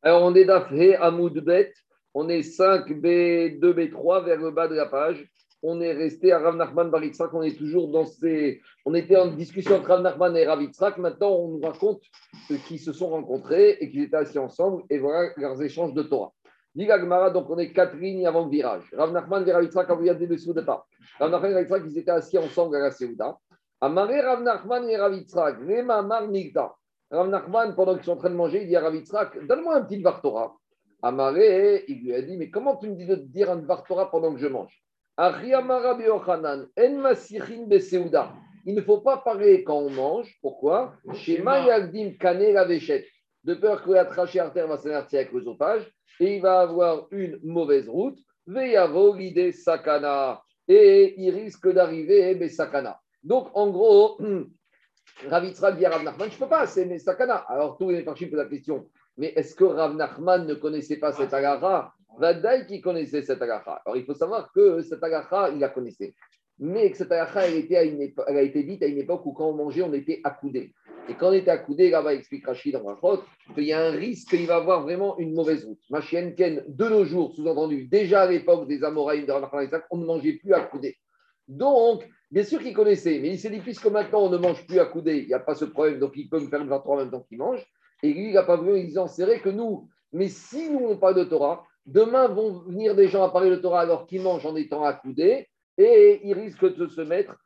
Alors, on est d'Afré Hamoud Bet, on est 5B2, B3 vers le bas de la page. On est resté à Rav Nachman Bar Yitzhak, on est toujours dans ces. On était en discussion entre Rav Nachman et Rav Yitzhak. Maintenant, on nous raconte qu'ils se sont rencontrés et qu'ils étaient assis ensemble, et voilà leurs échanges de Torah. Dit la Gemara, donc on est 4 lignes avant le virage. Rav Nachman et Rav Yitzhak, quand vous regardez le départ. Rav Nachman et Rav Yitzhak, ils étaient assis ensemble à la Seouda. Amaré Rav Nachman et Rav Yitzhak, Rema Mar Migda. Rav Nachman, pendant qu'ils sont en train de manger, il dit à Rav Yitzhak, donne-moi un petit Dvar Torah. Amaré, il lui a dit, mais comment tu me dis de te dire un Dvar Torah pendant que je mange? Il ne faut pas parler quand on mange. Pourquoi? Shema Yagdim Kane la Véchette. De peur que la trachée artère va s'invertir avec l'œsophage et il va avoir une mauvaise route. Veyavo l'idée sakana. Et il risque d'arriver sakana. Donc, en gros, Rav Yitzhak dit à Rav Nachman, je ne peux pas, c'est mes sakana. Alors, tous les parchim posent la question, mais est-ce que Rav Nachman ne connaissait pas cette agara? Vadaï qui connaissait cette agacha. Alors, il faut savoir que cette agacha, il la connaissait. Mais que cette agacha, elle a été dite à une époque où, quand on mangeait, on était accoudé. Et quand on était accoudé, là-bas, explique Rachid dans la faute, qu'il y a un risque qu'il va avoir vraiment une mauvaise route. Machienken, de nos jours, sous-entendu, déjà à l'époque des Amoraïm de Rav Nachman, on ne mangeait plus accoudé. Donc, bien sûr qu'il connaissait, mais il s'est dit, puisque maintenant on ne mange plus accoudé, il n'y a pas ce problème, donc il peut me faire le 23 en même temps qu'il mange. Et lui, il n'a pas voulu, il disant, c'est vrai que nous, mais si nous, on parle de Torah, demain vont venir des gens à parler de Torah alors qu'ils mangent en étant accoudés et ils risquent de se mettre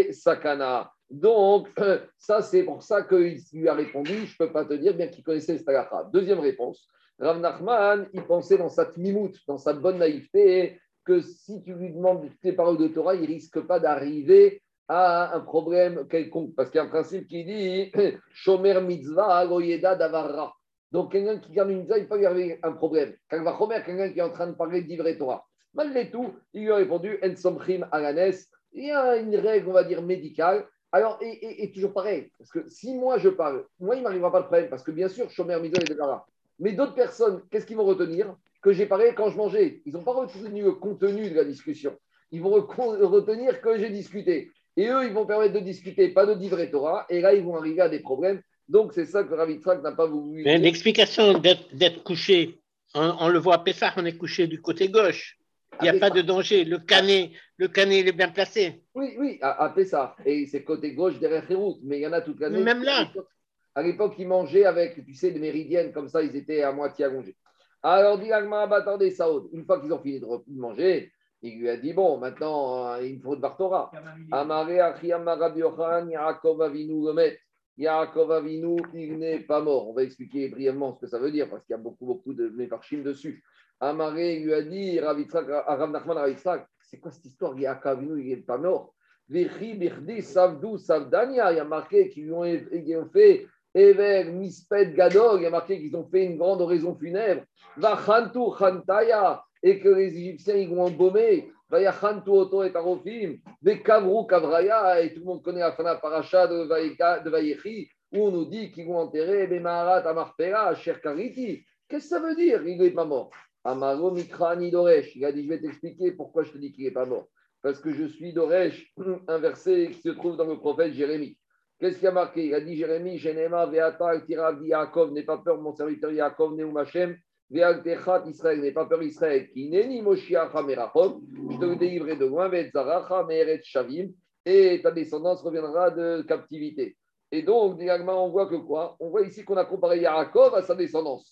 Sakana. Donc, ça, c'est pour ça qu'il lui a répondu, je ne peux pas te dire, bien qu'il connaissait cette halakha. Deuxième réponse, Rav Nachman, il pensait dans sa tmimout, dans sa bonne naïveté, que si tu lui demandes tes paroles de Torah, il ne risque pas d'arriver à un problème quelconque. Parce qu'il y a un principe qui dit Shomer mitzvah aloyeda davarra. Donc, quelqu'un qui garde une mitzvah, il peut y avoir un problème. Quelqu'un qui est en train de parler d'ivrer Torah. Malgré tout, il lui a répondu En somchim alanes. Il y a une règle, on va dire, médicale. Alors, et toujours pareil, parce que si moi je parle, moi il ne m'arrivera pas de problème, parce que bien sûr, Shomer mitzvah et davarra. Mais d'autres personnes, qu'est-ce qu'ils vont retenir? Que j'ai parlé quand je mangeais. Ils n'ont pas retenu le contenu de la discussion. Ils vont retenir que j'ai discuté. Et eux, ils vont permettre de discuter, pas de d'ivrer Torah. Et là, ils vont arriver à des problèmes. Donc, c'est ça que Rav Yitzhak n'a pas voulu dire. L'explication d'être couché, on le voit à Pessah, on est couché du côté gauche. Il n'y a pas de danger. Le canet, il est bien placé. Oui, à Pessah. Et c'est côté gauche derrière les routes. Mais il y en a toute l'année. Même là. À l'époque, ils mangeaient avec, tu sais, des méridiennes. Comme ça, ils étaient à moitié allongés. Alors, dit Agma, attendez, Saoud, une fois qu'ils ont fini de manger, il lui a dit, bon, maintenant, il me faut de Bartora. Amaré, Achiyam, Rabbi Yochanan, Yaakov Avinu, Gomet. Yaakov Avinu, il n'est pas mort. On va expliquer brièvement ce que ça veut dire, parce qu'il y a beaucoup de méparchim dessus. Amaré, il lui a dit, Rav Nachman, Rav Yitzhak, c'est quoi cette histoire? Yaakov Avinu, il n'est pas mort. Vechi, Birdi, Savdou, Savdania, il y a marqué qu'ils ont fait. Et vers Misped Gadol, il y a marqué qu'ils ont fait une grande oraison funèbre. Vachantu Chantaya, et que les Égyptiens ils vont embaumer. Vayachantu Oto et Tarofim, Vekavru Kavraya, et tout le monde connaît la fin de la paracha de Vayechi, où on nous dit qu'ils vont enterrer Bemaharat Amarpera, Cher Kariti. Qu'est-ce que ça veut dire? Il n'est pas mort. Amaro Mikrani Doresh, il a dit je vais t'expliquer pourquoi je te dis qu'il n'est pas mort. Parce que je suis Doresh, un verset qui se trouve dans le prophète Jérémie. Qu'est-ce qu'il a marqué? Il a dit Jérémie, Shenema, Veata, Tirav, Yaakov, n'aie pas peur, mon serviteur Yaakov, Neum Hashem, Vealtechat, Israël, n'aie pas peur, Israël, qui n'est ni Moshiach Hamerachot, je te le délivrerai de loin, Vetzaracha, Meret Shavim, et ta descendance reviendra de captivité. Et donc, directement, on voit que quoi? On voit ici qu'on a comparé Yaakov à sa descendance.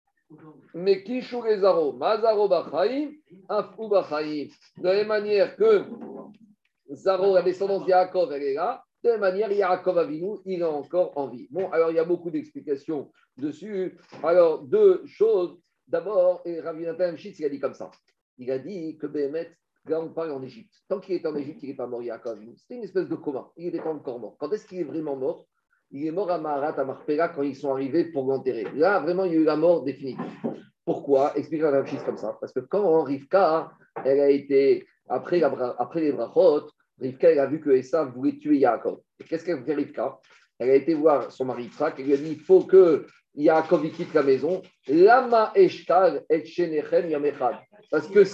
Mais Kishu Rezaro, Mazaro Bachaim, Afu Bachaim. De la même manière que Zaro, la descendance de Yaakov, elle est là. De la manière, Yaakov Avinu, il est encore en vie. Bon, alors il y a beaucoup d'explications dessus. Alors, deux choses. D'abord, Rav Yonatan Shitz, il a dit comme ça. Il a dit que Béhémet, là on parle en Égypte. Tant qu'il était en Égypte, il n'est pas mort, Yaakov Avinu. C'était une espèce de coma. Il n'était pas encore mort. Quand est-ce qu'il est vraiment mort? Il est mort à Maharat, à Marpella, quand ils sont arrivés pour l'enterrer. Là, vraiment, il y a eu la mort définitive. Pourquoi? Explique Rav Shitz comme ça. Parce que quand Rivka, elle a été, après les brachot, Rivka, elle a vu que Esav voulait tuer Yaakov. Et qu'est-ce qu'elle a fait, Rivka? Elle a été voir son mari Yitzhak, elle lui a dit il faut que Yaakov quitte la maison. Lama eshtal et shenechem yamechad. Parce que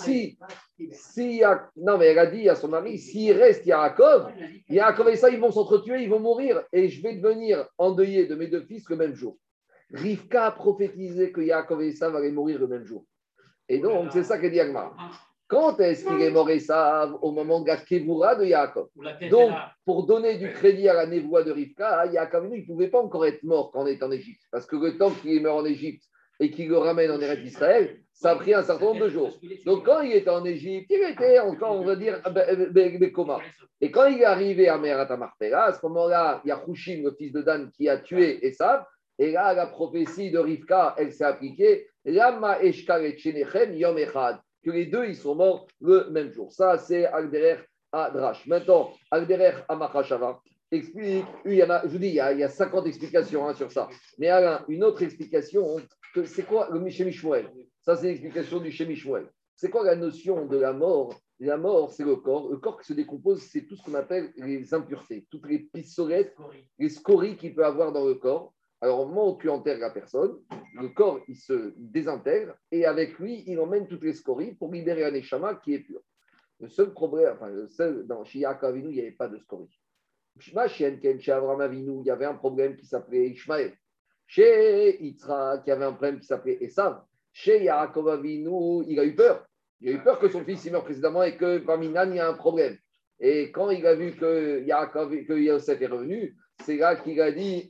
non, mais elle a dit à son mari s'il reste Yaakov et ça, ils vont s'entretuer, ils vont mourir et je vais devenir endeuillé de mes deux fils le même jour. Rivka a prophétisé que Yaakov et Esav allaient mourir le même jour. Et donc, c'est ça qu'a dit Agmar. Quand est-ce qu'il est mort Esav? Au moment de la Kévoura de Yaakov. Donc, pour donner du crédit à la névoie de Rivka, Yaakov, il ne pouvait pas encore être mort quand on est en Égypte. Parce que le temps qu'il est mort en Égypte et qu'il le ramène en Eretz Israël, ça a pris un certain nombre de jours. Donc, quand il était en Égypte, il était encore, on va dire, coma. Et quand il est arrivé à Merat Marpella, à ce moment-là, il y a Hushim, le fils de Dan, qui a tué Esav. Et là, la prophétie de Rivka, elle s'est appliquée. Lama eshkal et Chenechem yom echad. Que les deux, ils sont morts le même jour. Ça, c'est Agderer Adrash. Maintenant, Agderer Amachashava explique, il y en a, je vous dis, il y a 50 explications sur ça. Mais Alain, une autre explication, c'est quoi le Shemishmuel? Ça, c'est l'explication du Shemishmuel. C'est quoi la notion de la mort? La mort, c'est le corps. Le corps qui se décompose, c'est tout ce qu'on appelle les impuretés, toutes les pistolettes, les scories qu'il peut avoir dans le corps. Alors, au moment où tu enterres la personne, le corps, il se désintègre et avec lui, il emmène toutes les scories pour libérer un neshama qui est pur. Le seul problème, dans chez Yaakov Avinu, il n'y avait pas de scories. Chez Abraham Avinu, il y avait un problème qui s'appelait Ishmaël. Chez Yitzhak, il y avait un problème qui s'appelait Esav. Chez Yaakov Avinu, il a eu peur. Il a eu peur que son fils meure précédemment et que parmi Nan, il y a un problème. Et quand il a vu que Yosef est revenu, c'est là qu'il a dit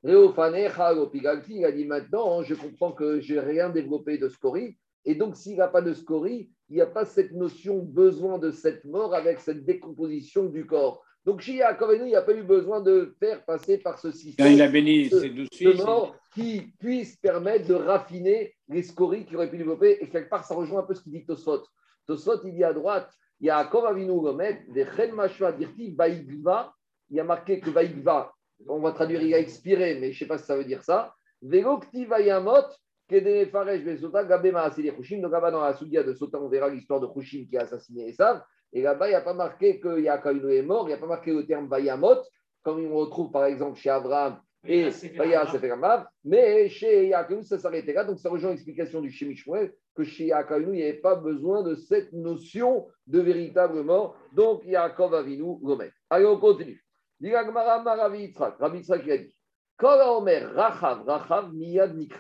il a dit maintenant, je comprends que je n'ai rien développé de scorie. Et donc, s'il n'a pas de scorie, il n'y a pas cette notion besoin de cette mort avec cette décomposition du corps. Donc, chez Yaakov, il n'y a pas eu besoin de faire passer par ce système il a béni de mort qui puisse permettre de raffiner les scories qu'il aurait pu développer. Et quelque part, ça rejoint un peu ce qu'il dit Tosfot. Tosfot, il dit à droite, Yaakov Avinu Gomet, Vechen Mashua Dirti, Baïgva. Il y a marqué que Baïgva, on va traduire, il a expiré, mais je ne sais pas si ça veut dire ça. Vegokti Vayamot, Kedene Faresh Besota, Gabema Asili Hushim. Donc là-bas, dans la Soudia de Sota, on verra l'histoire de Hushim qui a assassiné Esav. Et là-bas, il n'y a pas marqué que Yaakov est mort, il n'y a pas marqué le terme Vayamot, comme on retrouve par exemple chez Abraham et Vaya Seferamav. Mais chez Yaakov, ça s'arrêtait là. Donc ça rejoint l'explication du Shemishmuel que chez Yaakov, il n'y avait pas besoin de cette notion de véritable mort. Donc Yaakov Avinu Gomet. Allez, on continue. Rabbi Yitzhak il a dit Kol Omer Rachav Miyad Nikre.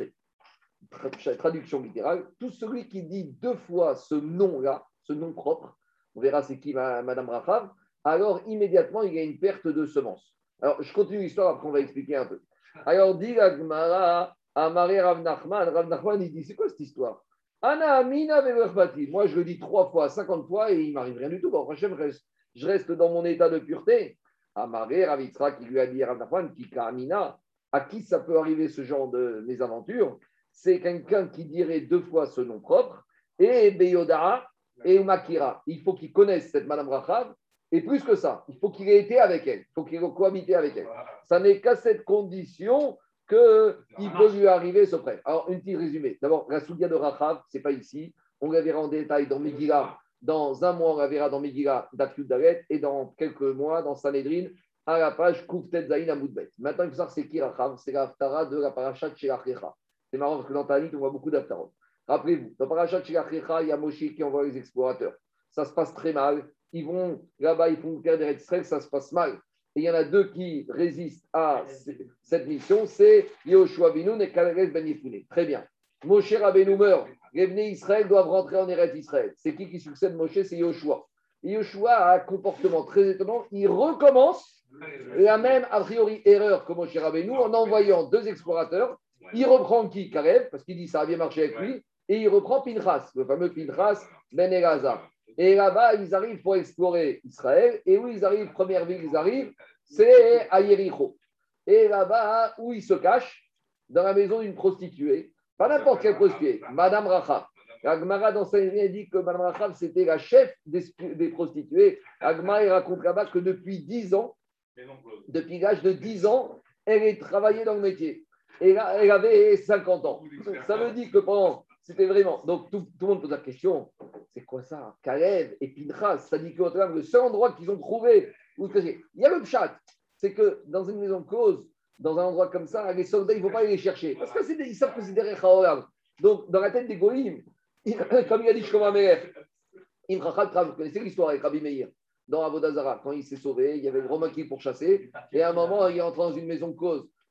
Traduction littérale, tout celui qui dit deux fois ce nom-là, ce nom propre, on verra c'est qui Madame Rachav, alors immédiatement il y a une perte de semences. Alors je continue l'histoire, après on va expliquer un peu. Alors dit la Gemara, Amaré Rav Nachman il dit c'est quoi cette histoire? Ana Amina Veverpati. Moi je le dis 3 fois, 50 fois et il ne m'arrive rien du tout. Bon, prochain, je reste dans mon état de pureté. Amaré Rav Yitzhak qui lui a dit Rav Nachman, Kika Amina, à qui ça peut arriver ce genre de mésaventures? C'est quelqu'un qui dirait 2 fois ce nom propre, et Beyoda et Makira. Il faut qu'il connaisse cette Madame Rachav, et plus que ça, il faut qu'il ait été avec elle, il faut qu'il ait cohabité avec elle. Ça n'est qu'à cette condition qu'il peut lui arriver ce prêt. Alors, un petit résumé. D'abord, la Soudia de Rachav, ce n'est pas ici. On la verra en détail dans Megillah. Dans un mois, on la verra dans Megillah d'Afyud Dalet, et dans quelques mois, dans Sanhedrin, à la page Kouftet Zayin Amoudbet. Maintenant, il faut savoir c'est qui Rachav, c'est la Haftara de la Parashat Shelachecha. C'est marrant parce que dans Tanit, on voit beaucoup d'Aftarot. Rappelez-vous, dans Parashat Shelachecha, il y a Moshe qui envoie les explorateurs. Ça se passe très mal. Ils vont là-bas, ils font faire des extraits, ça se passe mal. Et il y en a 2 qui résistent à cette mission, c'est Yehoshua Binoun et Kalez Ben Yefune. Très bien. Moshe Rabbeinu meurt. Les Bnei Israël doivent rentrer en Eretz Israël. C'est qui succède Moshe? C'est Yehoshua. Yehoshua a un comportement très étonnant. Il recommence la même, a priori, erreur que Moshe Rabbeinu en envoyant 2 explorateurs. Il reprend qui? Karev, parce qu'il dit ça a bien marché avec lui, et il reprend Pinchas, le fameux Pinchas Ben Elazar. Et là-bas, ils arrivent pour explorer Israël, et où ils arrivent, première ville, ils arrivent, c'est à Yericho. Et là-bas, où ils se cachent, dans la maison d'une prostituée, pas n'importe quelle prostituée, Madame Rachav. La Gemara dans sa dit que Madame Rachav, c'était la chef des prostituées. La Gemara raconte là-bas que depuis 10 ans, depuis l'âge de 10 ans, elle travaillait dans le métier. Et là, elle avait 50 ans. Ça veut dire que pendant, c'était vraiment. Donc tout le monde pose la question, c'est quoi ça? Kalev et Pinchas, ça dit que le seul endroit qu'ils ont trouvé, il y a le pshat, c'est que dans une maison close, dans un endroit comme ça, les soldats, il ne faut pas aller les chercher. Parce qu'ils savent que c'est derrière Haolam. Donc dans la tête des Goïm, comme il a dit Shlomo Amelech, vous connaissez l'histoire avec Rabbi Meir dans Avodazara, quand il s'est sauvé, il y avait le Romain qui pour chasser, et à un moment, il est entré dans une maison close.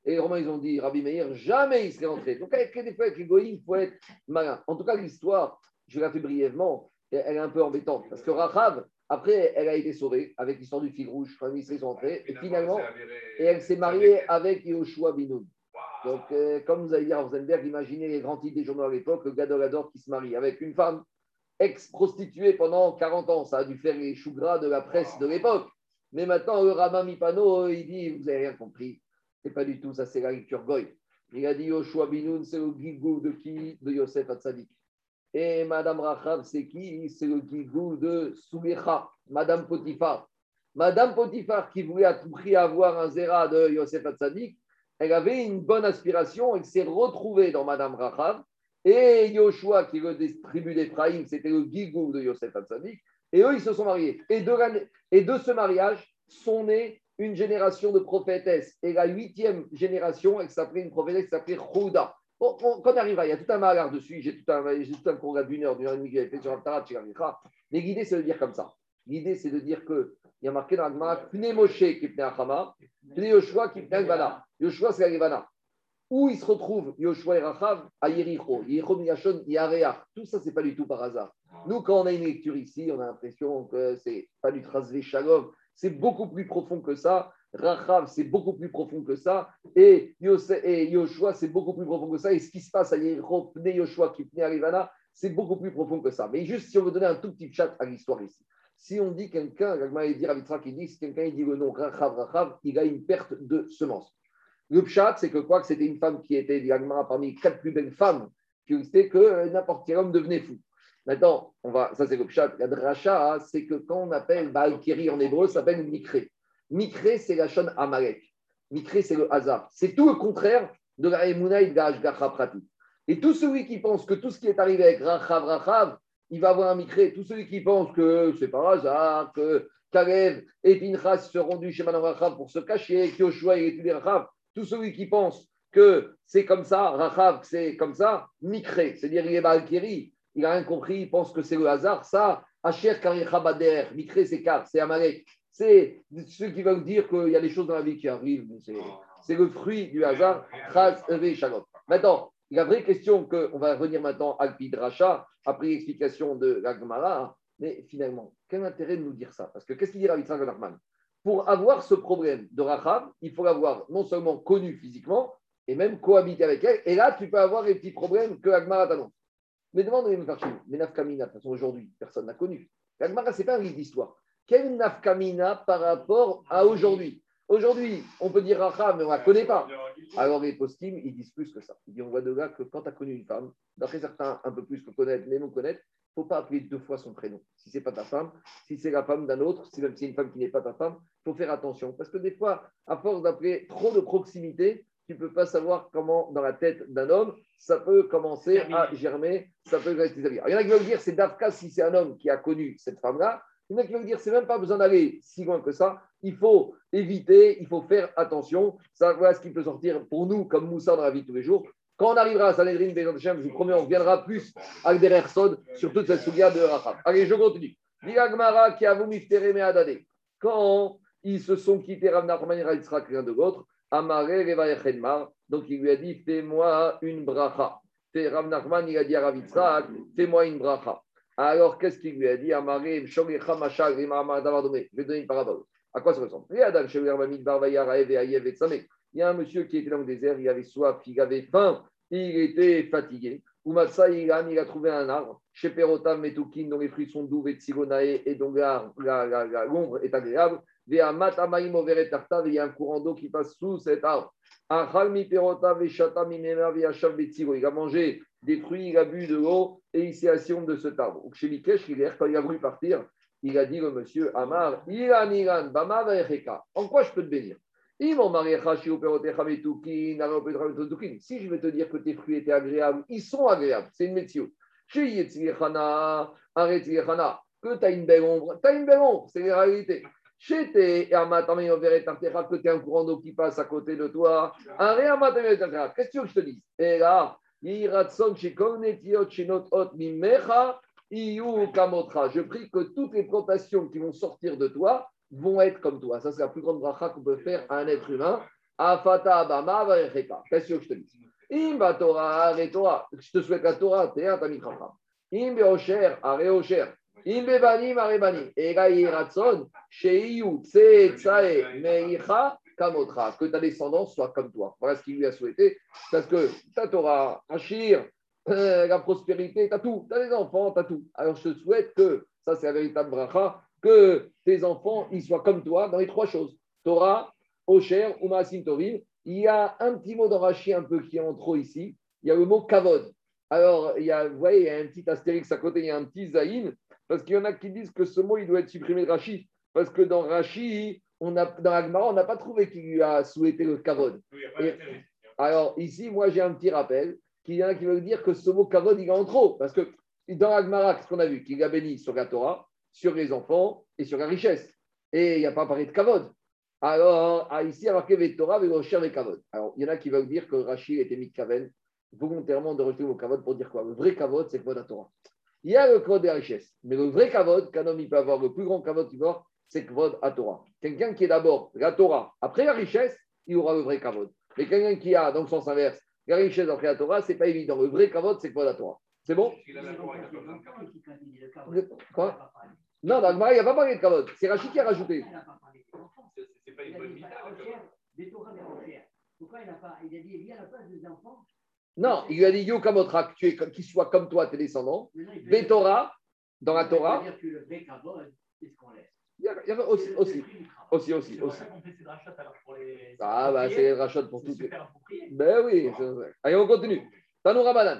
Et les Romains, ils ont dit, Rabbi Meir, jamais il serait entré. Donc, des fois, avec les goïms, il faut être malin. En tout cas, l'histoire, je la fais brièvement, elle est un peu embêtante. Parce que Rachav, après, elle a été sauvée avec l'histoire du fil rouge. Quand ils sont entrés. Et finalement, elle s'est mariée avec Yoshua Binoun. Donc, comme vous allez dire à Rosenberg, imaginez les grands titres des journaux à l'époque, le Gadolador qui se marie avec une femme ex-prostituée pendant 40 ans. Ça a dû faire les choux gras de la presse de l'époque. Mais maintenant, le Rama Mipano, il dit, vous n'avez rien compris. C'est pas du tout, ça c'est la lecture Goy. Il a dit Yoshua Binoun, c'est le gigou de qui? De Yosef Hatzadik. Et Madame Rachav, c'est qui? C'est le gigou de Soulecha, Madame Potiphar. Madame Potiphar, qui voulait à tout prix avoir un zéra de Yosef Hatzadik, elle avait une bonne aspiration, elle s'est retrouvée dans Madame Rachav. Et Yoshua, qui est le tribu d'Éphraïm, c'était le gigou de Yosef Hatzadik. Et eux, ils se sont mariés. Et de ce mariage sont nés une génération de prophétesses. Et la 8e génération, elle s'appelait une prophétesse qui s'appelait Chouda. Bon, quand on arrive là, il y a tout un malheur dessus. J'ai tout un cours d'une heure et demie que j'avais fait sur Amtarat, chez Garicha. Mais l'idée, c'est de dire comme ça. L'idée, c'est de dire qu'il y a marqué dans l'Agma, Pne Moshe qui pne Achama, Pne Yoshua qui pne Alvana. Yoshua, c'est Alvana. Où ils se retrouvent, Yoshua et Rachav, à Yericho. Yericho, Miyashon, Yareach. Tout ça, c'est pas du tout par hasard. Nous, quand on a une lecture ici, on a l'impression que c'est pas du Trasvé Shalom. C'est beaucoup plus profond que ça. Rachav, c'est beaucoup plus profond que ça. Et Yoshua, c'est beaucoup plus profond que ça. Et ce qui se passe à Yericho, Pne Yoshua qui pne Alvana, c'est beaucoup plus profond que ça. Mais juste si on veut donner un tout petit chat à l'histoire ici. Si on dit quelqu'un, Ragma dit Ravitra qui dit, si quelqu'un dit le nom Rachav, il a une perte de semence. Le pshat, c'est que quoi que c'était une femme qui était parmi les 4 plus belles femmes qui existaient, que n'importe quel homme devenait fou. Maintenant, ça c'est le pshat. La dracha, c'est que quand on appelle Baal Keri en hébreu, ça s'appelle Mikré. Mikré, c'est la shon Amalek. Mikré, c'est le hasard. C'est tout le contraire de la Emouna et de la Ashgacha Pratit. Et tout celui qui pense que tout ce qui est arrivé avec Rachav, il va avoir un Mikré. Tout celui qui pense que c'est par hasard, que Kalev et Pinchas se sont rendus chez Madame Rachav pour se cacher, que Yoshua et tué Rachav. Tout celui qui pense que c'est comme ça, Rachav, c'est comme ça, Mikré, c'est-à-dire il est Balkiri, il n'a rien compris, il pense que c'est le hasard. Ça, Asher Karecha Bader, Mikré, c'est Kar, c'est Amalek. C'est ceux qui veulent dire qu'il y a des choses dans la vie qui arrivent, c'est le fruit du hasard. Maintenant, la vraie question on va revenir maintenant à Pidracha, après l'explication de la Gemara, mais finalement, quel intérêt de nous dire ça? Parce que qu'est-ce qu'il dit Rav Yitzhak ben Nachman? Pour avoir ce problème de Rachav, il faut l'avoir non seulement connue physiquement, et même cohabiter avec elle. Et là, tu peux avoir les petits problèmes que Agmara t'annonce. Mais demande les Mefarshim, mais Nafkamina, de toute façon, aujourd'hui, personne n'a connu. Agmara, ce n'est pas un livre d'histoire. Quelle Nafkamina par rapport à aujourd'hui? Aujourd'hui, on peut dire Rachav, mais on ne la connaît pas. Alors les postim, ils disent plus que ça. Ils disent, on voit de là que quand tu as connu une femme, d'après certains, un peu plus que connaître, mais non connaître, il ne faut pas appeler 2 fois son prénom. Si ce n'est pas ta femme, si c'est la femme d'un autre, si même si c'est une femme qui n'est pas ta femme, il faut faire attention. Parce que des fois, à force d'appeler trop de proximité, tu ne peux pas savoir comment, dans la tête d'un homme, ça peut commencer à germer, ça peut rester sa vie. Il y en a qui veulent dire c'est Dafka si c'est un homme qui a connu cette femme-là. Il y en a qui veulent dire c'est même pas besoin d'aller si loin que ça. Il faut éviter, il faut faire attention. Ça, voilà ce qui peut sortir pour nous comme Moussa dans la vie de tous les jours. Quand on arrivera à Sanhedrin, je vous promets, on reviendra plus avec des Sod sur toute cette souga de Rachav. Allez, je continue. Diragmara qui a voulu miftere me'adade. Quand ils se sont quittés Rav Nachman et Rav Yitzhak l'un de l'autre, Amaré Revayechenmar, donc il lui a dit fais-moi une bracha. Rav Nachman, il a dit à Rav Yitzhak fais-moi une bracha. Alors qu'est-ce qu'il lui a dit Amaré Mshogecha Mashal Rimamar Davardomé. Je vais donner une parabole. À quoi ça ressemble? Il y a un monsieur qui était dans le désert, il avait soif, il avait faim, il était fatigué. Umatsa Ilan, il a trouvé un arbre, chez Perotam Metukin, dont les fruits sont doux, et Tsigonae, et dont l'ombre est agréable. Il y a un courant d'eau qui passe sous cet arbre. Il a mangé des fruits, il a bu de l'eau, et il s'est assis de cet arbre. Chez Mikesh, quand il a voulu partir, il a dit au monsieur Amar, Ilan, Bama Vecheka. En quoi je peux te bénir? Si je vais te dire que tes fruits étaient agréables, ils sont agréables. C'est une métier. Que tu as une belle ombre, c'est la réalité. Que tu as un courant d'eau qui passe à côté de toi. Qu'est-ce que tu veux que je te dise? Et là, je prie que toutes les plantations qui vont sortir de toi vont être comme toi. Ça, c'est la plus grande bracha qu'on peut faire à un être humain. Afata Abama Varecheka. Qu'est-ce que je te dis? Imba Torah, Are Torah. Je te souhaite la Torah, t'es un Tamid Chacham. Imbe Osher, Are Osher. Imbe Banim, Are Banim. Ega Yiratson, Sheiyu, Tsae, Meicha, Kamotra. Que ta descendance soit comme toi. Voilà ce qu'il lui a souhaité. Parce que ta Torah, Achir, la prospérité, tu as tout. Tu as les enfants, tu as tout. Alors je te souhaite que, ça c'est la véritable bracha, que tes enfants, ils soient comme toi dans les trois choses. Torah, Osher, ou Maasim Tovim. Il y a un petit mot dans Rashi un peu qui est en trop ici. Il y a le mot kavod. Alors, vous voyez, il y a un petit astérix à côté, il y a un petit zaïn, parce qu'il y en a qui disent que ce mot, il doit être supprimé de Rashi. Parce que dans Rashi, dans la Gemara, on n'a pas trouvé qu'il lui a souhaité le kavod. Alors, ici, moi, j'ai un petit rappel qu'il y en a qui veulent dire que ce mot kavod, il est en trop. Parce que dans la Gemara, qu'est-ce qu'on a vu? Qu'il a béni sur la Torah, sur les enfants et sur la richesse. Et il n'y a pas parlé de kavod. Alors, ici, il y a marqué Vetora, Verocher, Vekavod. Alors, il y en a qui veulent dire que Rachid était mis de Kaven, volontairement de rejeter le mot Kavod pour dire quoi? Le vrai Kavod, c'est Kvod à Torah. Il y a le Kvod de la richesse, mais le vrai Kavod, qu'un homme il peut avoir, le plus grand Kavod qu'il peut avoir, c'est Kvod à Torah. Quelqu'un qui est d'abord la Torah, après la richesse, il aura le vrai Kavod. Mais quelqu'un qui a, dans le sens inverse, la richesse après la Torah, c'est pas évident. Le vrai Kavod, c'est Kvod à Torah. C'est bon? Quoi? Non, dans le Gemara, il n'y a pas parlé de Kavod. C'est Rachid qui a rajouté. C'est pas une bonne idée. Pourquoi il n'a pas. Il a dit, il y a la place des enfants. Non, il lui a dit Yo Kamotrak, qu'il soit comme toi, tes descendants. Betora, dans la Torah. C'est-à-dire que le vrai Kavod, c'est ce qu'on laisse. Il y avait aussi. Ah, bah, c'est les rachats pour tout. Ben oui. Allez, on continue. Tanoura Banane.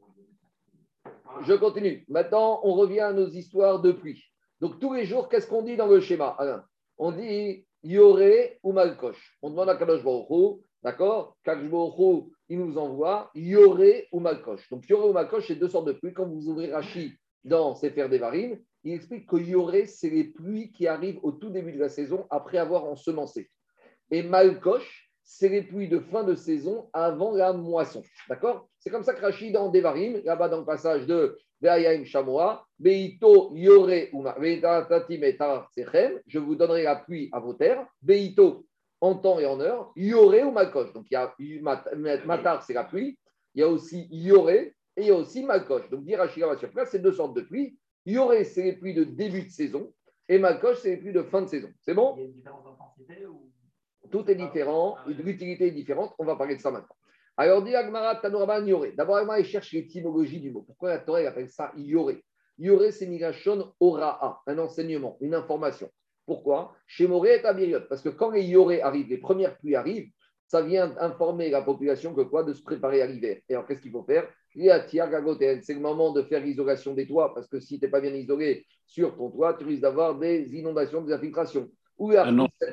Je continue. Maintenant, on revient à nos histoires de pluie. Donc, tous les jours, qu'est-ce qu'on dit dans le schéma, Alain? On dit Yoré ou Malkosh. On demande à Kadosh Baruch Hu, d'accord? Kadosh Baruch Hu, il nous envoie Yoré ou Malkosh. Donc, Yoré ou Malkosh, c'est deux sortes de pluies. Quand vous ouvrez Rashi dans Sefer Devarim, il explique que Yoré, c'est les pluies qui arrivent au tout début de la saison après avoir ensemencé. Et Malkosh, c'est les pluies de fin de saison avant la moisson. D'accord? C'est comme ça que Rashi dans Devarim, là-bas dans le passage de Ve'ayim Shamoa, Beito Yoré ou Ve'atatim et Sechem, je vous donnerai la pluie à vos terres. Beito, en temps et en heure. Yoré ou Malkosh. Donc il y a Matar, c'est la pluie. Il y a aussi Yoré et il y a aussi Malkosh. Donc dire Rashi là sur place, c'est deux sortes de pluies. Yoré, c'est les pluies de début de saison. Et Malkosh, c'est les pluies de fin de saison. C'est bon? Il y a une différence d'intensité ou... Tout est différent, l'utilité est différente. On va parler de ça maintenant. Alors, dit Agmara, Tanouraban, Yoré. D'abord, Agmara, il cherche l'étymologie du mot. Pourquoi la Torah appelle ça Yoré? Yoré, c'est Migashon Ora'a, un enseignement, une information. Pourquoi? Chez Moré et Abiriot. Parce que quand les Yoré arrivent, les premières pluies arrivent, ça vient informer la population que quoi? De se préparer à l'hiver. Et alors, qu'est-ce qu'il faut faire? C'est le moment de faire l'isolation des toits. Parce que si tu n'es pas bien isolé sur ton toit, tu risques d'avoir des inondations, des infiltrations. Ou la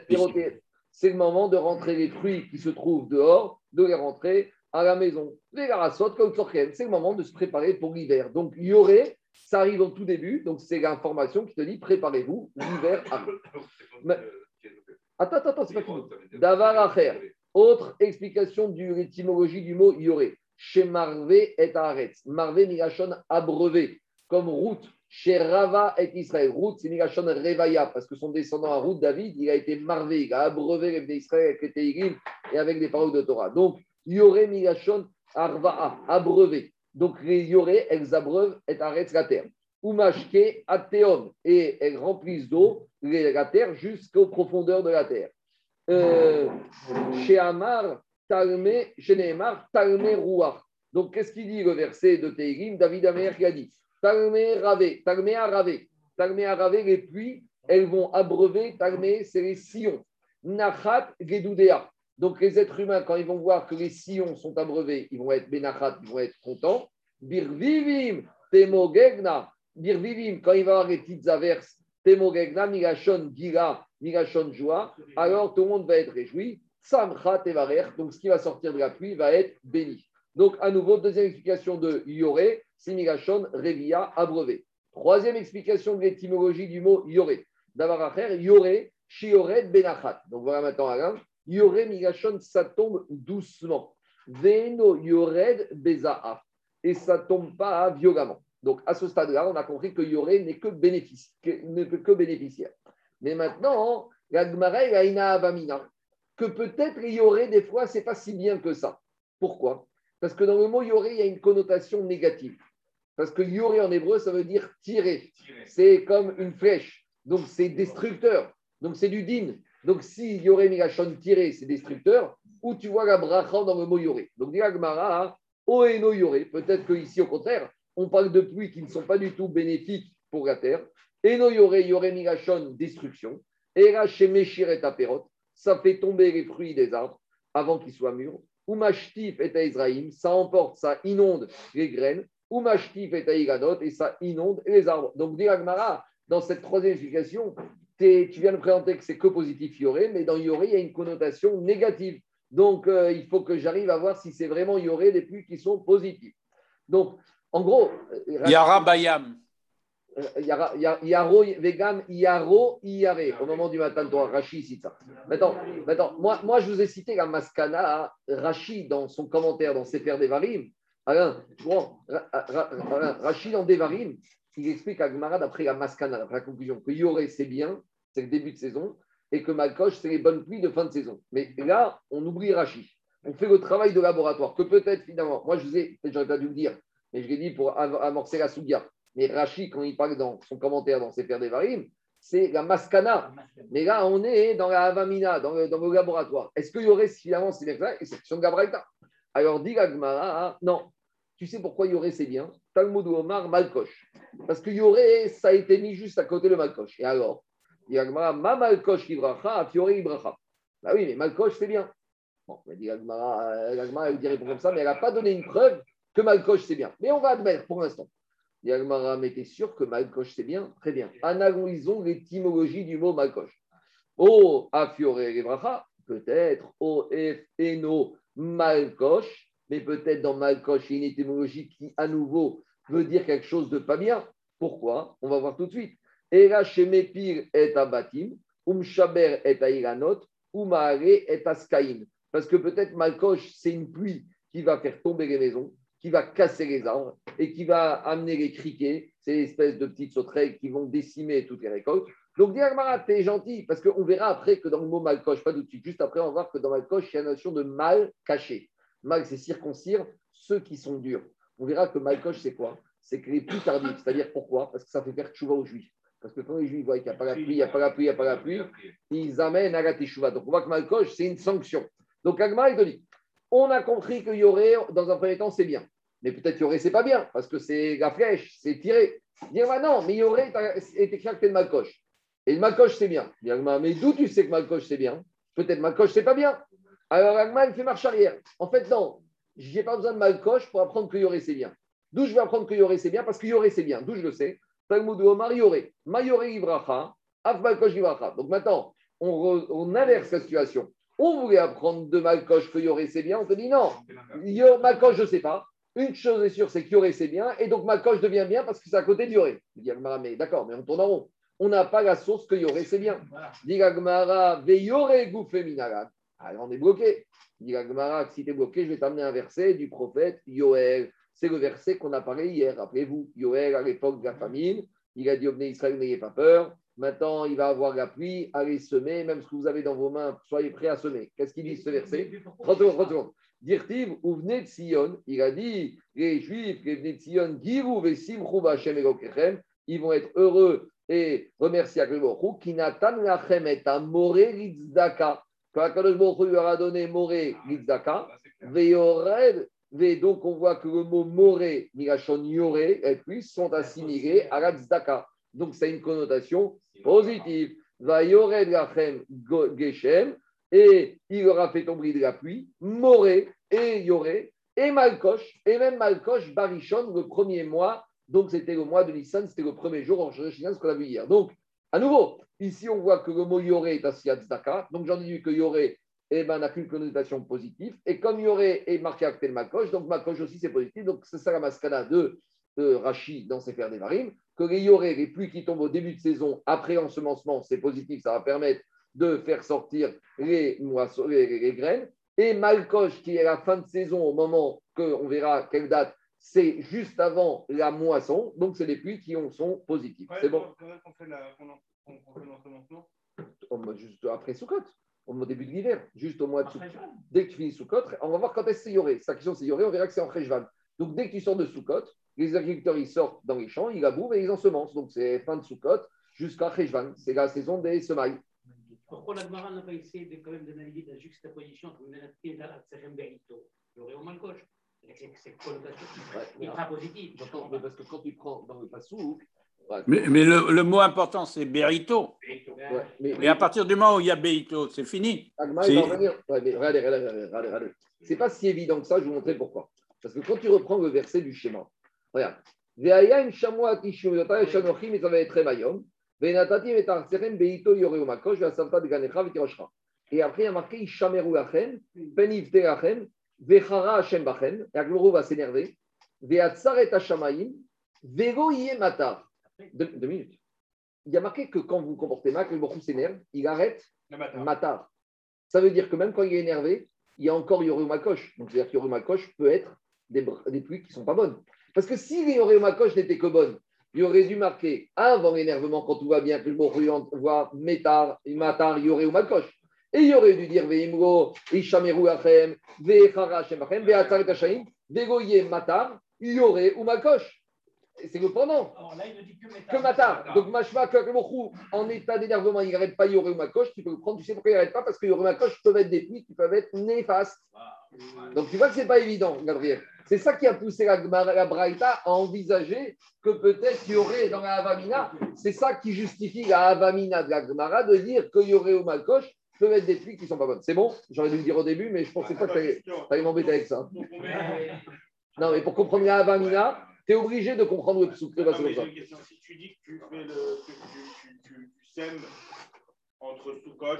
c'est le moment de rentrer les fruits qui se trouvent dehors, de les rentrer à la maison. Les garassotes, comme Torken, c'est le moment de se préparer pour l'hiver. Donc, Yoré, ça arrive au tout début. Donc, c'est l'information qui te dit préparez-vous, l'hiver arrive. Mais... Attends, c'est pas fini. Davar Acher. Autre explication de l'étymologie du mot Yoré. Chez Marvé et Haaretz. Marvé, Migashon, abreuvé. Comme route. Chez Rava et Israël. Route, c'est Migashon Revaya, parce que son descendant à Route, David, il a été marvé, il a abreuvé les d'Israël avec les Teirim et avec des paroles de Torah. Donc, Yoré Migashon Arva'a, abreuvé. Donc, les Yoré, elles abreuvent et arrêtent la terre. Umashke Ateon, et elles remplissent d'eau la terre jusqu'aux profondeurs de la terre. Chez Amar, Talme, chez Nehemar, Talme Ruach. Donc, qu'est-ce qu'il dit le verset de Teirim? David Amer qui a dit Talme Aravé, les pluies, elles vont abreuver, Talme, c'est les sillons. Nachat Gedudea. Donc les êtres humains, quand ils vont voir que les sillons sont abreuvés, ils vont être Benachat, ils vont être contents. Birvivim, Temogegna. Birvivim, quand il va y avoir les petites averses, Temogegna, Migashon Gira, Migashon Joie, alors tout le monde va être réjoui. Samchat Evarer, donc ce qui va sortir de la pluie va être béni. Donc, à nouveau, deuxième explication de Yoré, Simigashon, Revia, abreuvé. Troisième explication de l'étymologie du mot Yoré. Davaracher, Yoré, Shiored, Benachat. Donc, voilà maintenant, Alain. Yoré, Migashon, ça tombe doucement. Veno, Yored, Bezaaf. Et ça ne tombe pas violemment. Donc, à ce stade-là, on a compris que Yoré n'est que bénéficiaire. Mais maintenant, la Gemara, elle a une avamina. que peut-être il y aurait des fois, c'est pas si bien que ça. Pourquoi? Parce que dans le mot yoré, il y a une connotation négative. Parce que yoré en hébreu, ça veut dire tirer. C'est comme une flèche. Donc c'est destructeur. Donc c'est du din. Donc si yoré migashon tirer, c'est destructeur, où tu vois la bracha dans le mot yoré. Donc dit Agmara, oeno yoré. Peut-être qu'ici, au contraire, on parle de pluies qui ne sont pas du tout bénéfiques pour la terre. Eno yoré, yoré migashon, destruction. Et là, chez Meshir et Taperot, ça fait tomber les fruits des arbres avant qu'ils soient mûrs. Ou mashtif et Israël, ça emporte, ça inonde les graines. Ou mashtif et Igadot, et ça inonde les arbres. Donc, dit Agmara, dans cette troisième explication, tu viens de présenter que c'est que positif Yoré, mais dans Yoré, il y a une connotation négative. Donc, il faut que j'arrive à voir si c'est vraiment Yoré des pluies qui sont positives. Donc, en gros, Yara Bayam. Yaro, vegan, Yaro, Yare. Au moment du matin de Torah, Rashi cite ça. Maintenant moi, je vous ai cité la Maskana, Rashi, dans son commentaire dans Sefer Devarim. Alain, Rashi dans Devarim, il explique à Gemara d'après la Maskana, d'après la conclusion, que Yoré, c'est bien, c'est le début de saison, et que Malkosh, c'est les bonnes pluies de fin de saison. Mais là, on oublie Rashi. On fait le travail de laboratoire, que peut-être finalement, moi, j'aurais pas dû le dire, mais je l'ai dit pour amorcer la Sougia. Mais Rashi, quand il parle dans son commentaire dans Sefer Devarim, c'est la Maskana. Mais là, on est dans la Havamina, dans le laboratoire. Est-ce qu'il y aurait finalement, c'est bien ça, et c'est question de Gabraïta. Alors, dit la Gemara, non. Tu sais pourquoi Yoré, c'est bien? Talmud Omar, Malkosh. Parce que Yoré, ça a été mis juste à côté de Malkosh. Et alors, dit la Gemara, Ma Malkosh Ibracha, Fioré Ibracha. Bah oui, mais Malkosh, c'est bien. Bon, dit la Gemara, elle dirait comme ça, mais elle n'a pas donné une preuve que Malkosh, c'est bien. Mais on va admettre pour l'instant. Yagmara, mais t'es sûr que Malkosh, c'est bien? Très bien. Analysons l'étymologie du mot Malkosh. O afiore lebracha, peut-être. O eno Malkosh, mais peut-être dans Malkosh, il y a une étymologie qui, à nouveau, veut dire quelque chose de pas bien. Pourquoi? On va voir tout de suite. Era shemepir et abatim, umshaber et airanot, umare et askaim. Parce que peut-être Malkosh, c'est une pluie qui va faire tomber les maisons, qui va casser les arbres et qui va amener les criquets, ces espèces de petites sauterelles qui vont décimer toutes les récoltes. Donc, dis Agmara, t'es gentil, parce qu'on verra après que dans le mot malcoche, pas tout de suite, juste après, on va voir que dans malcoche, il y a la notion de mal caché. Mal, c'est circoncire ceux qui sont durs. On verra que malcoche, c'est quoi? C'est que les pluies tardives. C'est-à-dire pourquoi? Parce que ça fait faire tchouva aux Juifs. Parce que quand les Juifs voient qu'il n'y a pas la pluie, il n'y a pas la pluie, il n'y a pas la pluie, ils amènent à la teshuva. Donc, on voit que malcoche, c'est une sanction. Donc, Agmara, il te dit, on a compris que Yoré, dans un premier temps, c'est bien. Mais peut-être Yoré, c'est pas bien, parce que c'est la flèche, c'est tiré. Dire, bah non, mais Yoré est écrit que t'es de Malkoche. Et le Malkoche, c'est bien. Dire, mais d'où tu sais que Malkoche, c'est bien? Peut-être Malkoche, c'est pas bien. Alors, Agma, il fait marche arrière. En fait, non, j'ai pas besoin de Malkoche pour apprendre que Yoré, c'est bien. D'où je vais apprendre que Yoré, c'est bien? Parce que Yoré, c'est bien. D'où je le sais? Talmud Omar Yoré. Ma Yoré Ivracha, Af Malkoche Ivracha. Donc maintenant, on inverse la situation. On voulait apprendre de Malkoche que Yoré, c'est bien. On te dit non. Malkoche, je ne sais pas. Une chose est sûre, c'est que Yoré, c'est bien, et donc Malkoche devient bien parce que c'est à côté de Yoré. Dit Agmara, mais d'accord, mais on tourne en rond. On n'a pas la source que Yoré, c'est bien. Dit Agmara, ve Yoré gouffé minaran. Alors on est bloqué. Dit Agmara, si tu es bloqué, je vais t'amener un verset du prophète Yoël. C'est le verset qu'on a parlé hier. Rappelez-vous, Yoël, à l'époque de la famine, il a dit au Bnei Israël, n'ayez pas peur. Maintenant, il va avoir la pluie, allez semer, même ce que vous avez dans vos mains, soyez prêts à semer. Qu'est-ce qu'il dit ce verset? Retourne. Dirtiv ou venez de Sion, il a dit les Juifs, les venez de Sion, Giru vesimchu b'Hashem Elokechem, ils vont être heureux et remercier Akadosh Baruch Hu, qui natan lachem et amore litzdaka, quand Akadosh Baruch Hu leur a donné more litzdaka, veyored, donc on voit que le mot more, migashon yoré, et puis sont assimilés à la tzedaka. Donc c'est une connotation positive. Vayored lachem geshem. Et il aura fait tomber de la pluie, Moré et Yoré, et Malkoche, et même Malkoche, Barishon, le premier mois, donc c'était le mois de Nissan, c'était le premier jour en Chine, ce qu'on a vu hier. Donc, à nouveau, ici on voit que le mot Yoré est assis à Tzedaka, donc j'en ai dit que Yoré n'a qu'une connotation positive, et comme Yoré est marqué avec Malkoche, donc Malkoche aussi c'est positif, donc c'est ça la maskana de Rashi dans Sefer Devarim, que les Yoré, les pluies qui tombent au début de saison, après ensemencement, c'est positif, ça va permettre de faire sortir les moissons, les graines. Et Malkoche, qui est la fin de saison, au moment qu'on verra quelle date, c'est juste avant la moisson. Donc, c'est les pluies qui sont positives. Ouais, c'est bon. On fait l'ensemencement Juste après Soukot. au début de l'hiver, juste au mois de Soukot. Dès que tu finis Soukot, on va voir quand est-ce que c'est Yoré. Sa question c'est Yoré, on verra que c'est en Cheshvan. Donc dès que tu sors de Soukot, les agriculteurs ils sortent dans les champs, ils labourent et ils ensemencent. Donc c'est fin de Soukot jusqu'à Cheshvan. C'est la saison des semailles. Pourquoi la Gemara n'a pas essayé quand même d'analyser la juxtaposition entre Menaté et Tsarem Berito? Yoré au Malkosh. C'est connotation ultra positive. J'entends, mais parce que quand tu prends dans le Passouk. Mais le mot important, c'est Berito. Ouais, Et à partir du moment où il y a Berito, c'est fini. Agma, il va revenir. Ouais, mais regardez. C'est pas si évident que ça, je vais vous montrer pourquoi. Parce que quand tu reprends le verset du schéma, regarde. Ve'ayam shamoa tishu yotay shanochim et zavay tremayom. Ve'natati ve'tarserem beito yoreu makosh ve'asavta de ganecha ve'tiroshcha. Et après, il y a marqué Ishameru lachem, penivte lachem, ve'chara Hashem bachem. Et Agmoro va s'énerver. Ve'atzar et hashamayim, ve'go yé matar. 2 minutes. Il y a marqué que quand vous vous comportez mal, que le Baruch s'énerve, il arrête matar. Ça veut dire que même quand il est énervé, il y a encore Yoré Makosh. Donc, c'est-à-dire que Yoré Makosh peut être des pluies qui ne sont pas bonnes. Parce que si les Yoré Makosh n'étaient que bonnes, il aurait dû marquer avant l'énervement, quand tout va bien, que le Baruch voit matar, Yoré Makosh. Et il aurait dû dire Veimro, Ishameru Achem, Vechara Hashem Achem, Veatzar et Hashaim, Vegoye matar, Yoré Makosh. C'est le pendant. Alors là, il ne dit que matar. Donc, machma, que en état d'énervement, il n'arrête pas Yoré ou Makosh, tu peux le prendre. Tu sais pourquoi il n'arrête pas? Parce que Yoré ou Makosh peuvent être des pluies qui peuvent être néfastes. Donc, tu vois que ce n'est pas évident, Gabriel. C'est ça qui a poussé la Braïta à envisager que peut-être Yoré dans la Havamina. C'est ça qui justifie la Havamina de la Gemara de dire que Yoré ou Makosh peuvent être des pluies qui ne sont pas bonnes. C'est bon? J'aurais dû le dire au début, mais je ne pensais pas que tu allais m'embêter avec ça. Non, mais pour comprendre la Havamina, tu es obligé de comprendre le psouk. Si tu dis que tu fais tu sèmes entre Soukot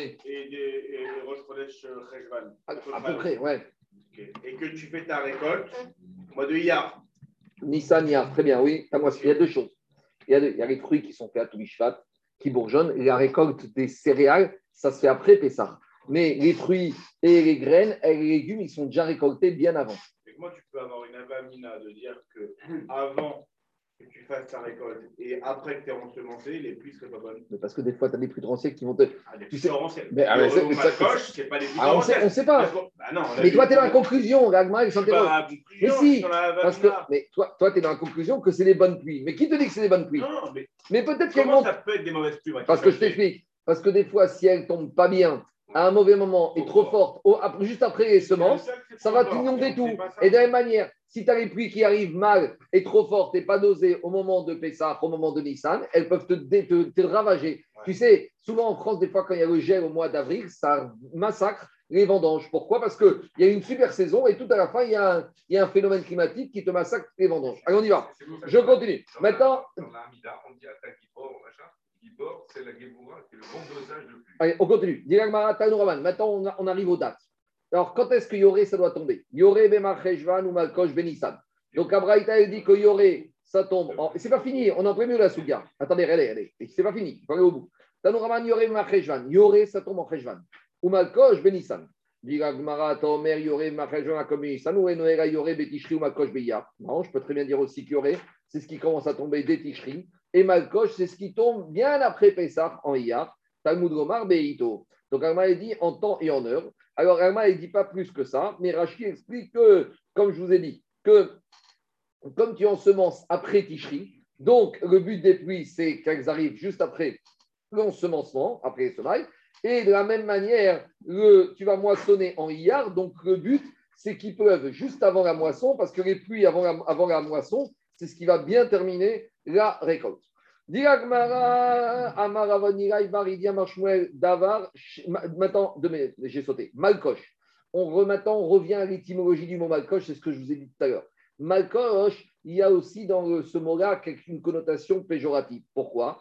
et Rosh Chodesh Cheshvan. À peu près, ouais. Okay. Et que tu fais ta récolte au mois de Iyar. Nissan, Iyar, très bien, oui. Il y a 2 choses. Il y a les fruits qui sont faits à Toubishvat, qui bourgeonnent. Et la récolte des céréales, ça se fait après Pessah. Mais les fruits et les graines et les légumes, ils sont déjà récoltés bien avant. Comment tu peux avoir une avamina de dire que avant que tu fasses ta récolte et après que tu aies ensemencé, les pluies ne seraient pas bonnes? Mais parce que des fois, tu as des pluies torrentielles qui vont te. Des pluies torrentielles. Mais c'est pas des pluies torrentielles. On ne sait pas. Mais toi, tu es dans la conclusion. L'agma, il s'interroge. Mais si, parce que mais toi, tu es dans la conclusion que c'est les bonnes pluies. Mais qui te dit que c'est les bonnes pluies? Non, mais peut-être qu'elles comment ça peut être des mauvaises pluies? Parce que je t'explique. Parce que des fois, si elles ne tombent pas bien, à un mauvais moment et trop forte, juste après les semences, ça va t'inonder tout. Et de la même manière, si tu as les pluies qui arrivent mal et trop fortes et pas dosées au moment de Pessah, au moment de Nissan, elles peuvent te ravager. Ouais. Tu sais, souvent en France, des fois, quand il y a le gel au mois d'avril, ça massacre les vendanges. Pourquoi? Parce qu'il y a une super saison et tout à la fin, il y a un phénomène climatique qui te massacre les vendanges. Allez, on y va. Je continue. Maintenant. Dans l'Amida, on dit attaque machin. C'est la Géboura, c'est le bon dosage de pluie. Allez, on continue. Maintenant, on arrive aux dates. Alors, quand est-ce que Yoré, ça doit tomber? Yoré, Bemar, Cheshvan ou Malkosh, Benissan. Donc, Abraïta, elle dit que Yoré, ça tombe. C'est pas fini, on en prévient la Souga. Attendez, allez. C'est pas fini, il faut aller au bout. Tanouraman, Yoré, Bemar, Cheshvan. Yoré, ça tombe en Cheshvan. Ou Malkosh, Benissan. Digagmara, Tomer, Yoré, Bemar, Cheshvan, comme Benissan. Ou Enoera, Yoré, Betishri ou Malkosh, Beyar. Non, je peux très bien dire aussi que Yoré, c'est ce qui commence à tomber dès Tishri. Et Malkosh, c'est ce qui tombe bien après Pessah en Iyar, Talmud Gomar Beito. Donc Agma dit en temps et en heure. Alors Agma ne dit pas plus que ça, mais Rashi explique que, comme je vous ai dit, que comme tu ensemences après Tishri, donc le but des pluies, c'est qu'elles arrivent juste après l'ensemencement, après les semailles, et de la même manière, tu vas moissonner en Iyar, donc le but, c'est qu'ils peuvent juste avant la moisson, parce que les pluies avant la moisson, c'est ce qui va bien terminer la récolte. Maintenant, j'ai sauté. Malkosh. Maintenant, on revient à l'étymologie du mot Malkosh, c'est ce que je vous ai dit tout à l'heure. Malkosh, il y a aussi dans ce mot-là une connotation péjorative. Pourquoi?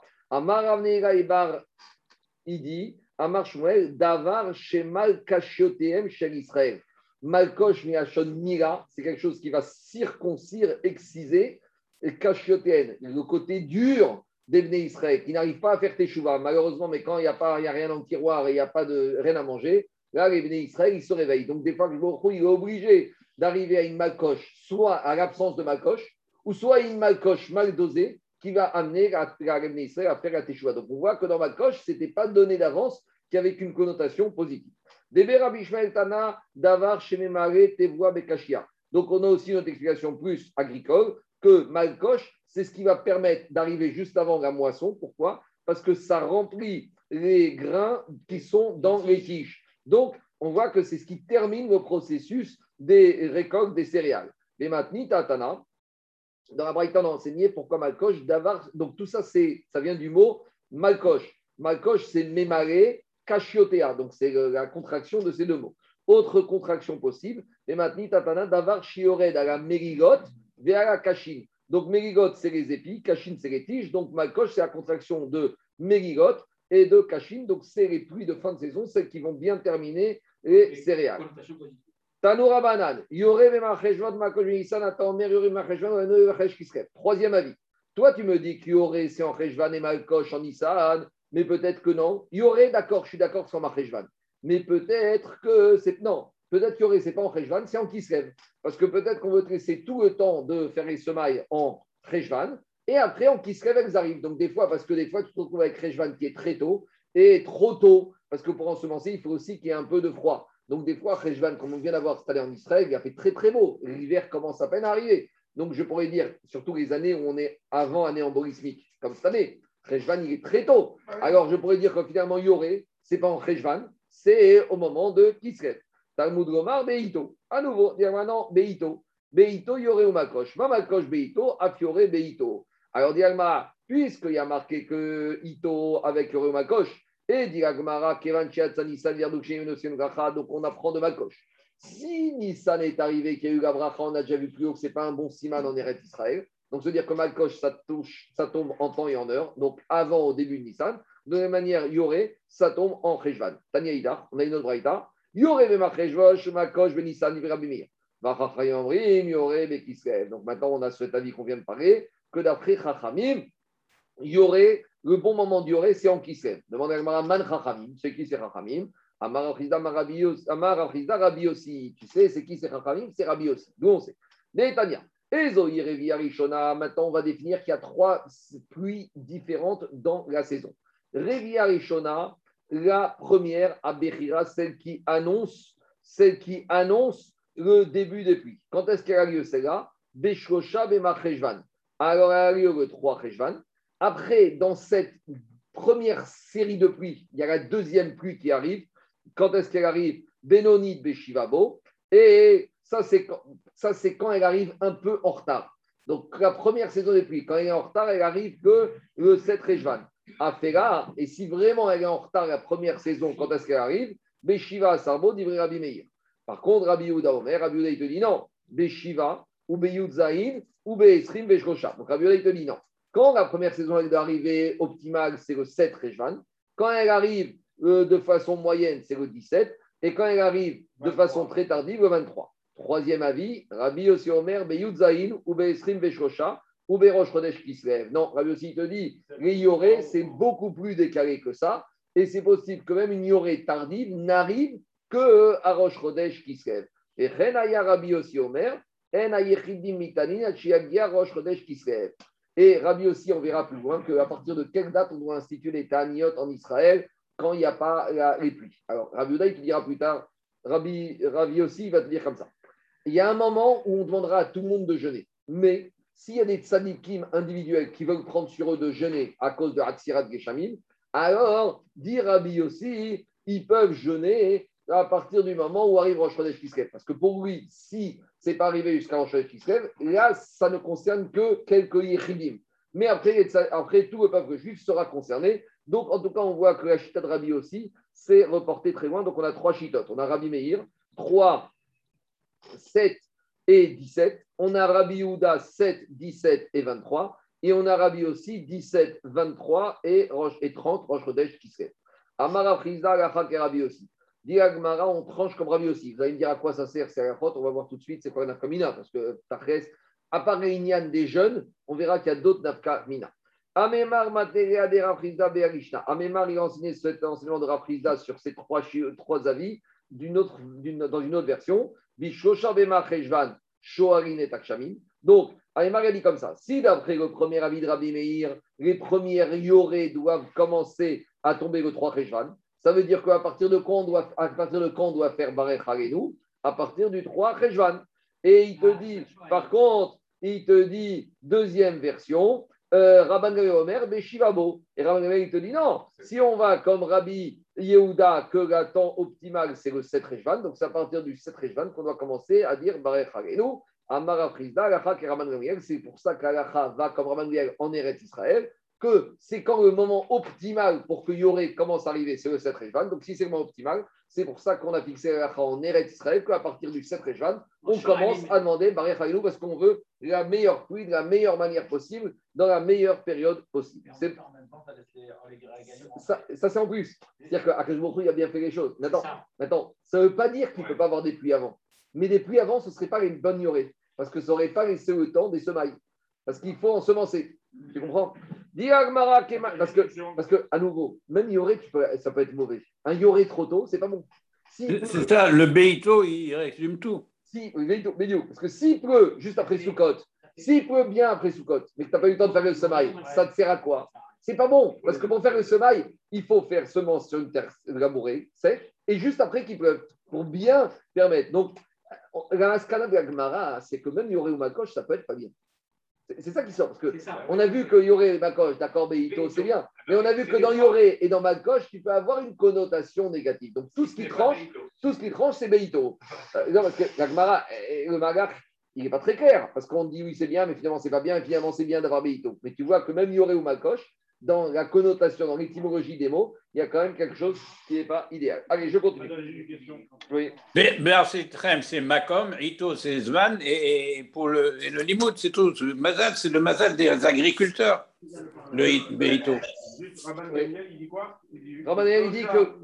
Il dit, Amar Shmuel, Davar Shemal Kashiotem Shel Israël. Malkosh miachon mira, c'est quelque chose qui va circoncire, exciser, et kashioten, le côté dur des Bnei Israël, qui n'arrive pas à faire teshuva. Malheureusement, mais quand il n'y a rien dans le tiroir et il n'y a pas de rien à manger, là, les Bnei Israël, ils se réveillent. Donc, des fois, le Baruch Hu, il est obligé d'arriver à une malcoche, soit à l'absence de malcoche, ou soit à une malcoche mal dosée, qui va amener les Bnei Israël à faire la teshuva. Donc, on voit que dans malcoche, ce n'était pas donné d'avance qui avait une connotation positive. Debe Rabbi Ishmael Tana, Davar, Shememare, Tevoa, Bekashia. Donc, on a aussi une autre explication plus agricole que Malkosh, c'est ce qui va permettre d'arriver juste avant la moisson. Pourquoi? Parce que ça remplit les grains qui sont dans les tiges. Donc, on voit que c'est ce qui termine le processus des récoltes des céréales. Les matni tatana, dans la Braïta, on a enseigné pourquoi Malkosh, Davar. Donc, tout ça, ça vient du mot Malkosh. Malkosh, c'est Memare, Kashiotea. Donc, c'est la contraction de ces deux mots. Autre contraction possible, les matni tatana, Davar, Shiored, à la Merigot, vers la Kashin. Donc, Merigot, c'est les épis, Kashin, c'est les tiges. Donc, Malkosh, c'est la contraction de Merigot et de Kashin. Donc, c'est les pluies de fin de saison, celles qui vont bien terminer les céréales. Tanoura Banan, Yore Vemacheshvan, Makosh Nissan, Ataomer, Yore Vemacheshvan, Vemacheshvan Kisrev. Troisième avis. Toi, tu me dis que Yore, c'est en Cheshvan et Malkosh en Nissan, mais peut-être que non. Yore, d'accord, je suis d'accord que c'est en Macheshvan. Mais peut-être que c'est. Non, peut-être Yore, c'est pas en Cheshvan, c'est en Kisrev. Parce que peut-être qu'on veut te laisser tout le temps de faire les semailles en Cheshvan, et après en Kisrev, elles arrivent. Donc, des fois, parce que des fois, tu te retrouves avec Cheshvan qui est très tôt, et trop tôt, parce que pour ensemencer, il faut aussi qu'il y ait un peu de froid. Donc, des fois, Cheshvan, comme on vient d'avoir cette année en Israël, il a fait très, très beau. L'hiver commence à peine à arriver. Donc, je pourrais dire, surtout les années où on est avant année embolismique, comme cette année, Cheshvan, il est très tôt. Alors, je pourrais dire que finalement, Yoré, ce n'est pas en Cheshvan, c'est au moment de Kisrev. Talmud Gomar, Beito. À nouveau, dire maintenant, Beito. Beito, Yoré ou Makosh. Ma Makosh, Beito, Afioré, Beito. Alors, dire puisqu'il y a marqué que Ito avec Yoré ou Makosh, et dit Agmara, Kevan Chiatsa Nissan, donc on apprend de Malkosh. Si Nissan est arrivé, qu'il y a eu la bracha, on a déjà vu plus haut que ce n'est pas un bon siman en Eretz Israël. Donc, se dire que Malkosh, ça tombe en temps et en heure, donc avant, au début de Nissan. De la même manière, Yoré, ça tombe en Cheshvan. Tania Idar, on a une autre braïta. Yoré Vema Cheshvosh, Malkosh, Benissan, Ivrabimir. Yoré, Bekisrev. Donc, maintenant, on a cet avis qu'on vient de parler, que d'après Chachamim, Yoré, le bon moment d'Yoré, c'est en Kislev. Demandez à Man Chachamim. C'est qui c'est Chachamim? Amar Afrizda Rabbi aussi. Tu sais, c'est qui c'est Chachamim? C'est Rabbi aussi. Nous, on sait. Netanya. Ezoï Revi Arishona. Maintenant, on va définir qu'il y a 3 pluies différentes dans la saison. Revi Arishona, la première, à Bechira, celle qui annonce le début des pluies. Quand est-ce qu'elle a lieu celle-là? Beshosha Bema Cheshvan. Alors, elle a lieu le 3 Cheshvan. Après, dans cette première série de pluies, il y a la deuxième pluie qui arrive. Quand est-ce qu'elle arrive? Benonit Beshivabo. Et ça, c'est quand elle arrive un peu en retard. Donc, la première saison des pluies, quand elle est en retard, elle arrive que le 7 Rejvan. Afela, et si vraiment elle est en retard la première saison, quand est-ce qu'elle arrive? Beshiva Sarbo, d'Ivri Rabbi Meir. Par contre, Rabbi Yehuda Omer, Rabbi Yehuda, il te dit non. Beshiva, ou Beyudzaïn, ou Beesrim, Beshkosha. Donc, Rabbi Yehuda, il te dit non. Quand la première saison elle doit arriver optimale, c'est le 7 Rejvan. Quand elle arrive de façon moyenne, c'est le 17. Et quand elle arrive de façon très tardive, le 23. Troisième avis, Rabbi Yossi Omer, Beyudzaïn, ou Beesrim, Beshkosha, ou Berosh Chodesh qui se lève. Non, Rabbi Yossi te dit, les Yoré, c'est beaucoup plus décalé que ça. Et c'est possible que même une Yoré tardive n'arrive que à Rosh Chodesh qui se lève. Et Renaya Rabbi Yossi Omer, En Ayechidim Mitanin, Achiagia Rosh Chodesh qui se lève. Et Rabbi aussi, on verra plus loin qu'à partir de quelle date on doit instituer les Ta'aniot en Israël quand il n'y a pas les pluies. Alors, Rabbi Yehuda, il te dira plus tard, Rabbi aussi, il va te dire comme ça. Il y a un moment où on demandera à tout le monde de jeûner. Mais s'il y a des tzadikim individuels qui veulent prendre sur eux de jeûner à cause de Hatsirat Geshamim, alors, dit Rabbi aussi, ils peuvent jeûner à partir du moment où arrive Rosh Chodesh Kislev. Parce que pour lui, si ce n'est pas arrivé jusqu'à Rosh Chodesh Kislev, là, ça ne concerne que quelques Yechidim. Mais après, tout le peuple juif sera concerné. Donc, en tout cas, on voit que la chita de Rabbi aussi s'est reportée très loin. Donc, on a 3 chitotes. On a Rabbi Meir, 3, 7 et 17. On a Rabbi Yehuda, 7, 17 et 23. Et on a Rabbi aussi, 17, 23 et 30, Rosh Chodesh Kislev. Amara Frizda, Lachak et Rabbi aussi. Dit Agmara, on tranche comme Rabbi aussi. Vous allez me dire à quoi ça sert, c'est à la faute. On va voir tout de suite c'est quoi Nafkamina. Parce que Tachès, à part les Inyan des jeunes, on verra qu'il y a d'autres Nafkamina. Amemar Materia de Rafrizda Be'arishna. Amemar, il a enseigné cet enseignement de Rafrizda sur ces 3 avis dans une autre version. Bishosha Bema Cheshvan, Shoarin et Takshamin. Donc, Amemar a dit comme ça. Si d'après le premier avis de Rabbi Meir, les premières Yoré doivent commencer à tomber le 3 Cheshvan, Ça veut dire qu'à partir de quand on doit faire Barech Harenu? À partir du 3 Cheshvan. Et il te dit, par contre, deuxième version, Rabban Gamliel Omer, Beshivabo. Et Rabban Gamliel, il te dit non, si on va comme Rabbi Yehuda, que le temps optimal, c'est le 7 Rejvan, donc c'est à partir du 7 Rejvan qu'on doit commencer à dire Barech Harenu, Amara Frizda, Alacha et Rabban Gamliel. C'est pour ça qu'Alacha va comme Rabban Gamliel en Eretz Israël, que c'est quand le moment optimal pour que Yoré commence à arriver, c'est le 7 Rejvan. Donc si c'est le moment optimal, c'est pour ça qu'on a fixé l'Alacha en Eretz Israël, qu'à partir du 7 Rejvan, on commence à demander Barech Harenu parce qu'on veut la meilleure pluie de la meilleure manière possible, dans la meilleure période possible. Ça, c'est en plus. C'est-à-dire qu'Akadosh Baruch Hu, il a bien fait les choses. Maintenant, ça ne veut pas dire qu'il ne peut pas avoir des pluies avant. Mais des pluies avant, ce ne serait pas une bonne yorée. Parce que ça n'aurait pas laissé le temps des semailles. Parce qu'il faut ensemencer. Tu comprends? Parce que, à nouveau, même yoré, ça peut être mauvais. Un yoré trop tôt, c'est pas bon. C'est ça, le Beito, il résume tout. Parce que s'il pleut juste après Soukot, s'il pleut bien après Soukot, mais que tu n'as pas eu le temps de faire le semail, ça te sert à quoi? C'est pas bon. Parce que pour faire le semail, il faut faire semence sur une terre labourée, sèche, et juste après qu'il pleuve, pour bien permettre. Donc, la scala de la Gemara, c'est que même Yoré ou Makosh, ça peut être pas bien. C'est ça qui sort. Parce qu'on a vu que Yoré et Makosh, d'accord, Beito, c'est bien. Mais on a vu que dans Yoré et dans Makosh, tu peux avoir une connotation négative. Donc tout ce qui tranche, c'est Beito. Non, parce que la Gemara, le Magach, il n'est pas très clair. Parce qu'on dit oui, c'est bien, mais finalement, c'est pas bien. Et finalement, c'est bien d'avoir Beito. Mais tu vois que même Yoré ou Makosh, dans la connotation, dans l'étymologie des mots, il y a quand même quelque chose qui n'est pas idéal. Allez, je continue. Oui. C'est Makom, Ito, c'est Zman, et pour le Limoud, c'est tout. Le Mazal, c'est le Mazal des agriculteurs, le Beito. Rabban Gamliel, il dit quoi? Rabban Gamliel, il dit que.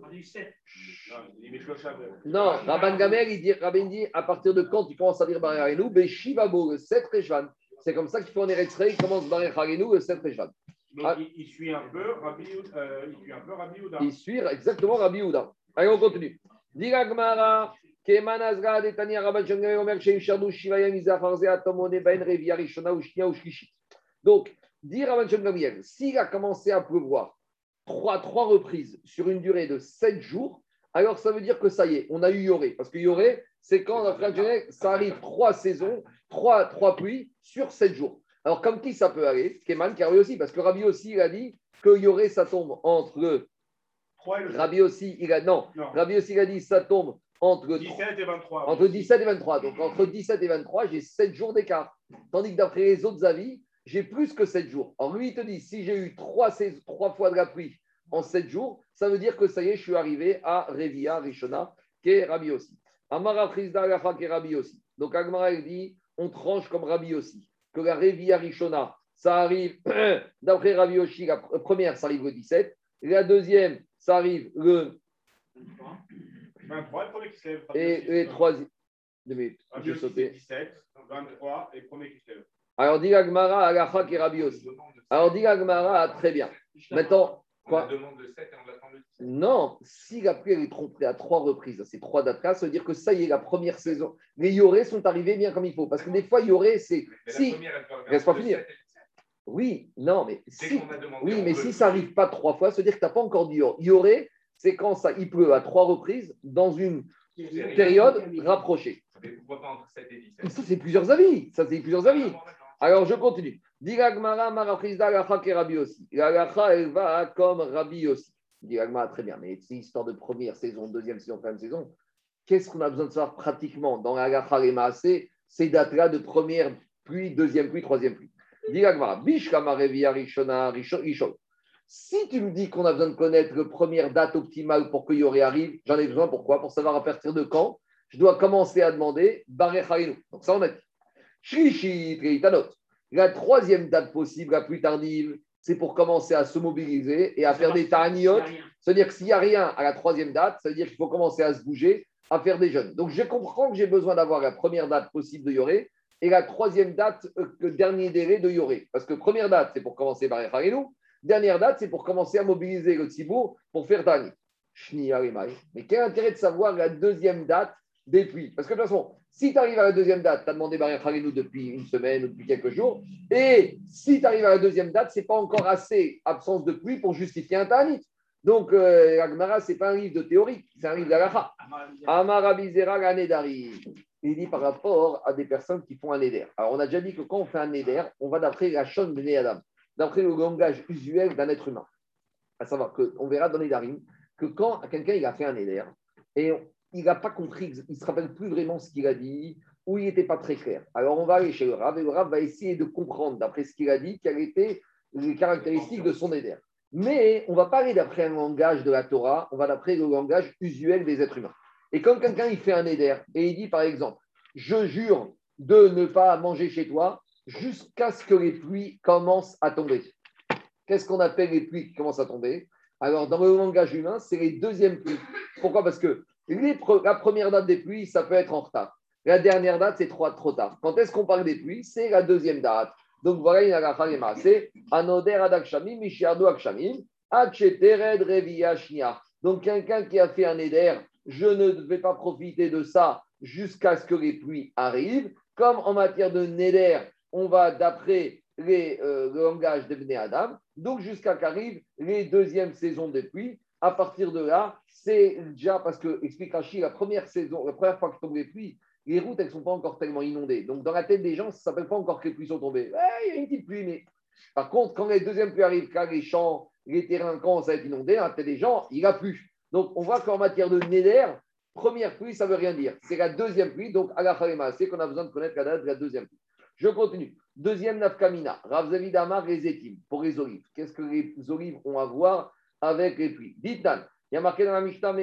Non, Rabban Gamliel, il dit à partir de quand tu commences à dire Barech Harenu, Beshivabo, le 7 Rejvan. C'est comme ça qu'il faut en Eretz Israël, il commence Barech Harenu, le 7 Rejvan. Donc, il suit un peu Rabbi Yehuda. Il suit exactement Rabbi Yehuda. Allez, on continue. Diga Gmara, Kemanazra, Detania, Rabban Gamliel, Omer, Sheim Shardou, Shivayam, Izafarze, Atomone, Ben, Revi, Arishona, Ushnia, Ushkishit. Donc, dit Rabban Gamliel, s'il a commencé à pleuvoir trois reprises sur une durée de 7 jours, alors ça veut dire que ça y est, on a eu Yoré. Parce que Yoré, c'est quand, dans le ça arrive 3 saisons, 3 pluies sur 7 jours. Alors, comme qui ça peut aller? Keman, car lui aussi, parce que Rabbi aussi, il a dit que Yoré, ça tombe entre le. Rabbi aussi, il a dit ça tombe entre 17 et 23. Entre 17 et 23. Donc, entre 17 et 23, j'ai 7 jours d'écart. Tandis que d'après les autres avis, j'ai plus que 7 jours. Alors, lui, il te dit, si j'ai eu 3 fois de la pluie en 7 jours, ça veut dire que ça y est, je suis arrivé à Revia, Rishona, qui est Rabbi aussi. Amara Frizda, Alacha, qui est Rabbi aussi. Donc, Agmara, il dit, on tranche comme Rabbi aussi. Que la Revia Rishona, ça arrive, d'après Rabbi Yoshi, la première, ça arrive le 17. La deuxième, ça arrive le 23, le premier qui se lève. Et les troisième. 2 minutes, je sautais. 17, 23 et premier qui se lève. Alors, dit Agmara, Alacha et Rabbi aussi. Alors, dit Agmara, très bien. Maintenant, quoi? On demande le 7 et on attend le 17. Non, si la pluie est trompée à 3 reprises, ces 3 dates-là, ça veut dire que ça y est, la première saison, les Yoré sont arrivés bien comme il faut. Parce que des fois, Yoré, c'est. Si. Laisse pas finir. Oui, non, mais si. Oui, mais si ça n'arrive pas 3 fois, ça veut dire que tu n'as pas encore dit Yoré, c'est quand ça, il pleut à 3 reprises dans une période rapprochée. Mais pourquoi pas entre 7 et 17? Ça, c'est plusieurs avis. Alors, je continue. Diragmara, Marafrizda, Lacha, et Rabbi aussi. La Lacha, elle va comme Rabbi aussi. Diragmara, très bien, mais c'est histoire de première saison, deuxième saison, troisième saison. Qu'est-ce qu'on a besoin de savoir pratiquement dans la Lacha et Maasé, ces dates-là de première pluie, deuxième pluie, troisième pluie? Diragmara, Bishkama Revia, Rishona, Rishon. Si tu me dis qu'on a besoin de connaître la première date optimale pour que Yoré arrive, j'en ai besoin. Pourquoi? Pour savoir à partir de quand je dois commencer à demander Barech Harenu. Donc ça, on a dit. Shlishi Treitanot. La troisième date possible, la plus tardive, c'est pour commencer à se mobiliser et à faire des ta'aniot. C'est-à-dire que s'il n'y a rien à la troisième date, ça veut dire qu'il faut commencer à se bouger, à faire des jeûnes. Donc je comprends que j'ai besoin d'avoir la première date possible de Yoré et la troisième date, dernier délai de Yoré. Parce que première date, c'est pour commencer Barech Harenu. Dernière date, c'est pour commencer à mobiliser le tzibour pour faire ta'anit. Mais quel intérêt de savoir la deuxième date des pluies? Parce que de toute façon, si tu arrives à la deuxième date, tu as demandé Barech Harenu depuis une semaine ou depuis quelques jours, et si tu arrives à la deuxième date, ce n'est pas encore assez absence de pluie pour justifier un ta'anit. Donc, la Gemara, ce n'est pas un livre de théorie, c'est un livre d'Alacha. Amar Rabbi Zera Ganedari. Il dit par rapport à des personnes qui font un éder. Alors, on a déjà dit que quand on fait un éder, on va d'après la Shon de Adam, d'après le langage usuel d'un être humain. À savoir qu'on verra dans les Darim que quand quelqu'un il a fait un éder et il n'a pas compris, il ne se rappelle plus vraiment ce qu'il a dit, ou il n'était pas très clair. Alors, on va aller chez le Rav et le Rav va essayer de comprendre, d'après ce qu'il a dit, quelles étaient les caractéristiques de son éder. Mais on ne va pas aller d'après un langage de la Torah, on va d'après le langage usuel des êtres humains. Et quand quelqu'un il fait un éder et il dit par exemple, je jure de ne pas manger chez toi jusqu'à ce que les pluies commencent à tomber. Qu'est-ce qu'on appelle les pluies qui commencent à tomber? Alors dans le langage humain, c'est les deuxièmes pluies. Pourquoi? Parce que la première date des pluies, ça peut être en retard. La dernière date, c'est trop tard. Quand est-ce qu'on parle des pluies? C'est la deuxième date. Donc voilà une agacha, c'est Anoder Adakshamim, Mishiardo Akshamim, Achetered Revia Shnia. Donc quelqu'un qui a fait un éder, je ne vais pas profiter de ça jusqu'à ce que les pluies arrivent. Comme en matière de néder, on va d'après le langage de Bnei Adam, donc jusqu'à qu'arrivent les deuxièmes saisons des pluies. À partir de là, c'est déjà parce que, explique Rashi, la première fois que tombent les pluies, les routes, elles ne sont pas encore tellement inondées. Donc, dans la tête des gens, ça ne s'appelle pas encore que les pluies sont tombées. Il y a une petite pluie, mais par contre, quand les deuxièmes pluies arrivent, quand les champs, les terrains commencent à être inondés, dans la tête des gens, il a plu. Donc, on voit qu'en matière de néder, première pluie, ça ne veut rien dire. C'est la deuxième pluie, donc à la Khalema, c'est qu'on a besoin de connaître la date de la deuxième pluie. Je continue. Deuxième nafkamina, Rav Zavid Amar les étimes, pour les olives. Qu'est-ce que les olives ont à voir avec les pluies? Dites-nous. Il y a marqué dans la Mishnah,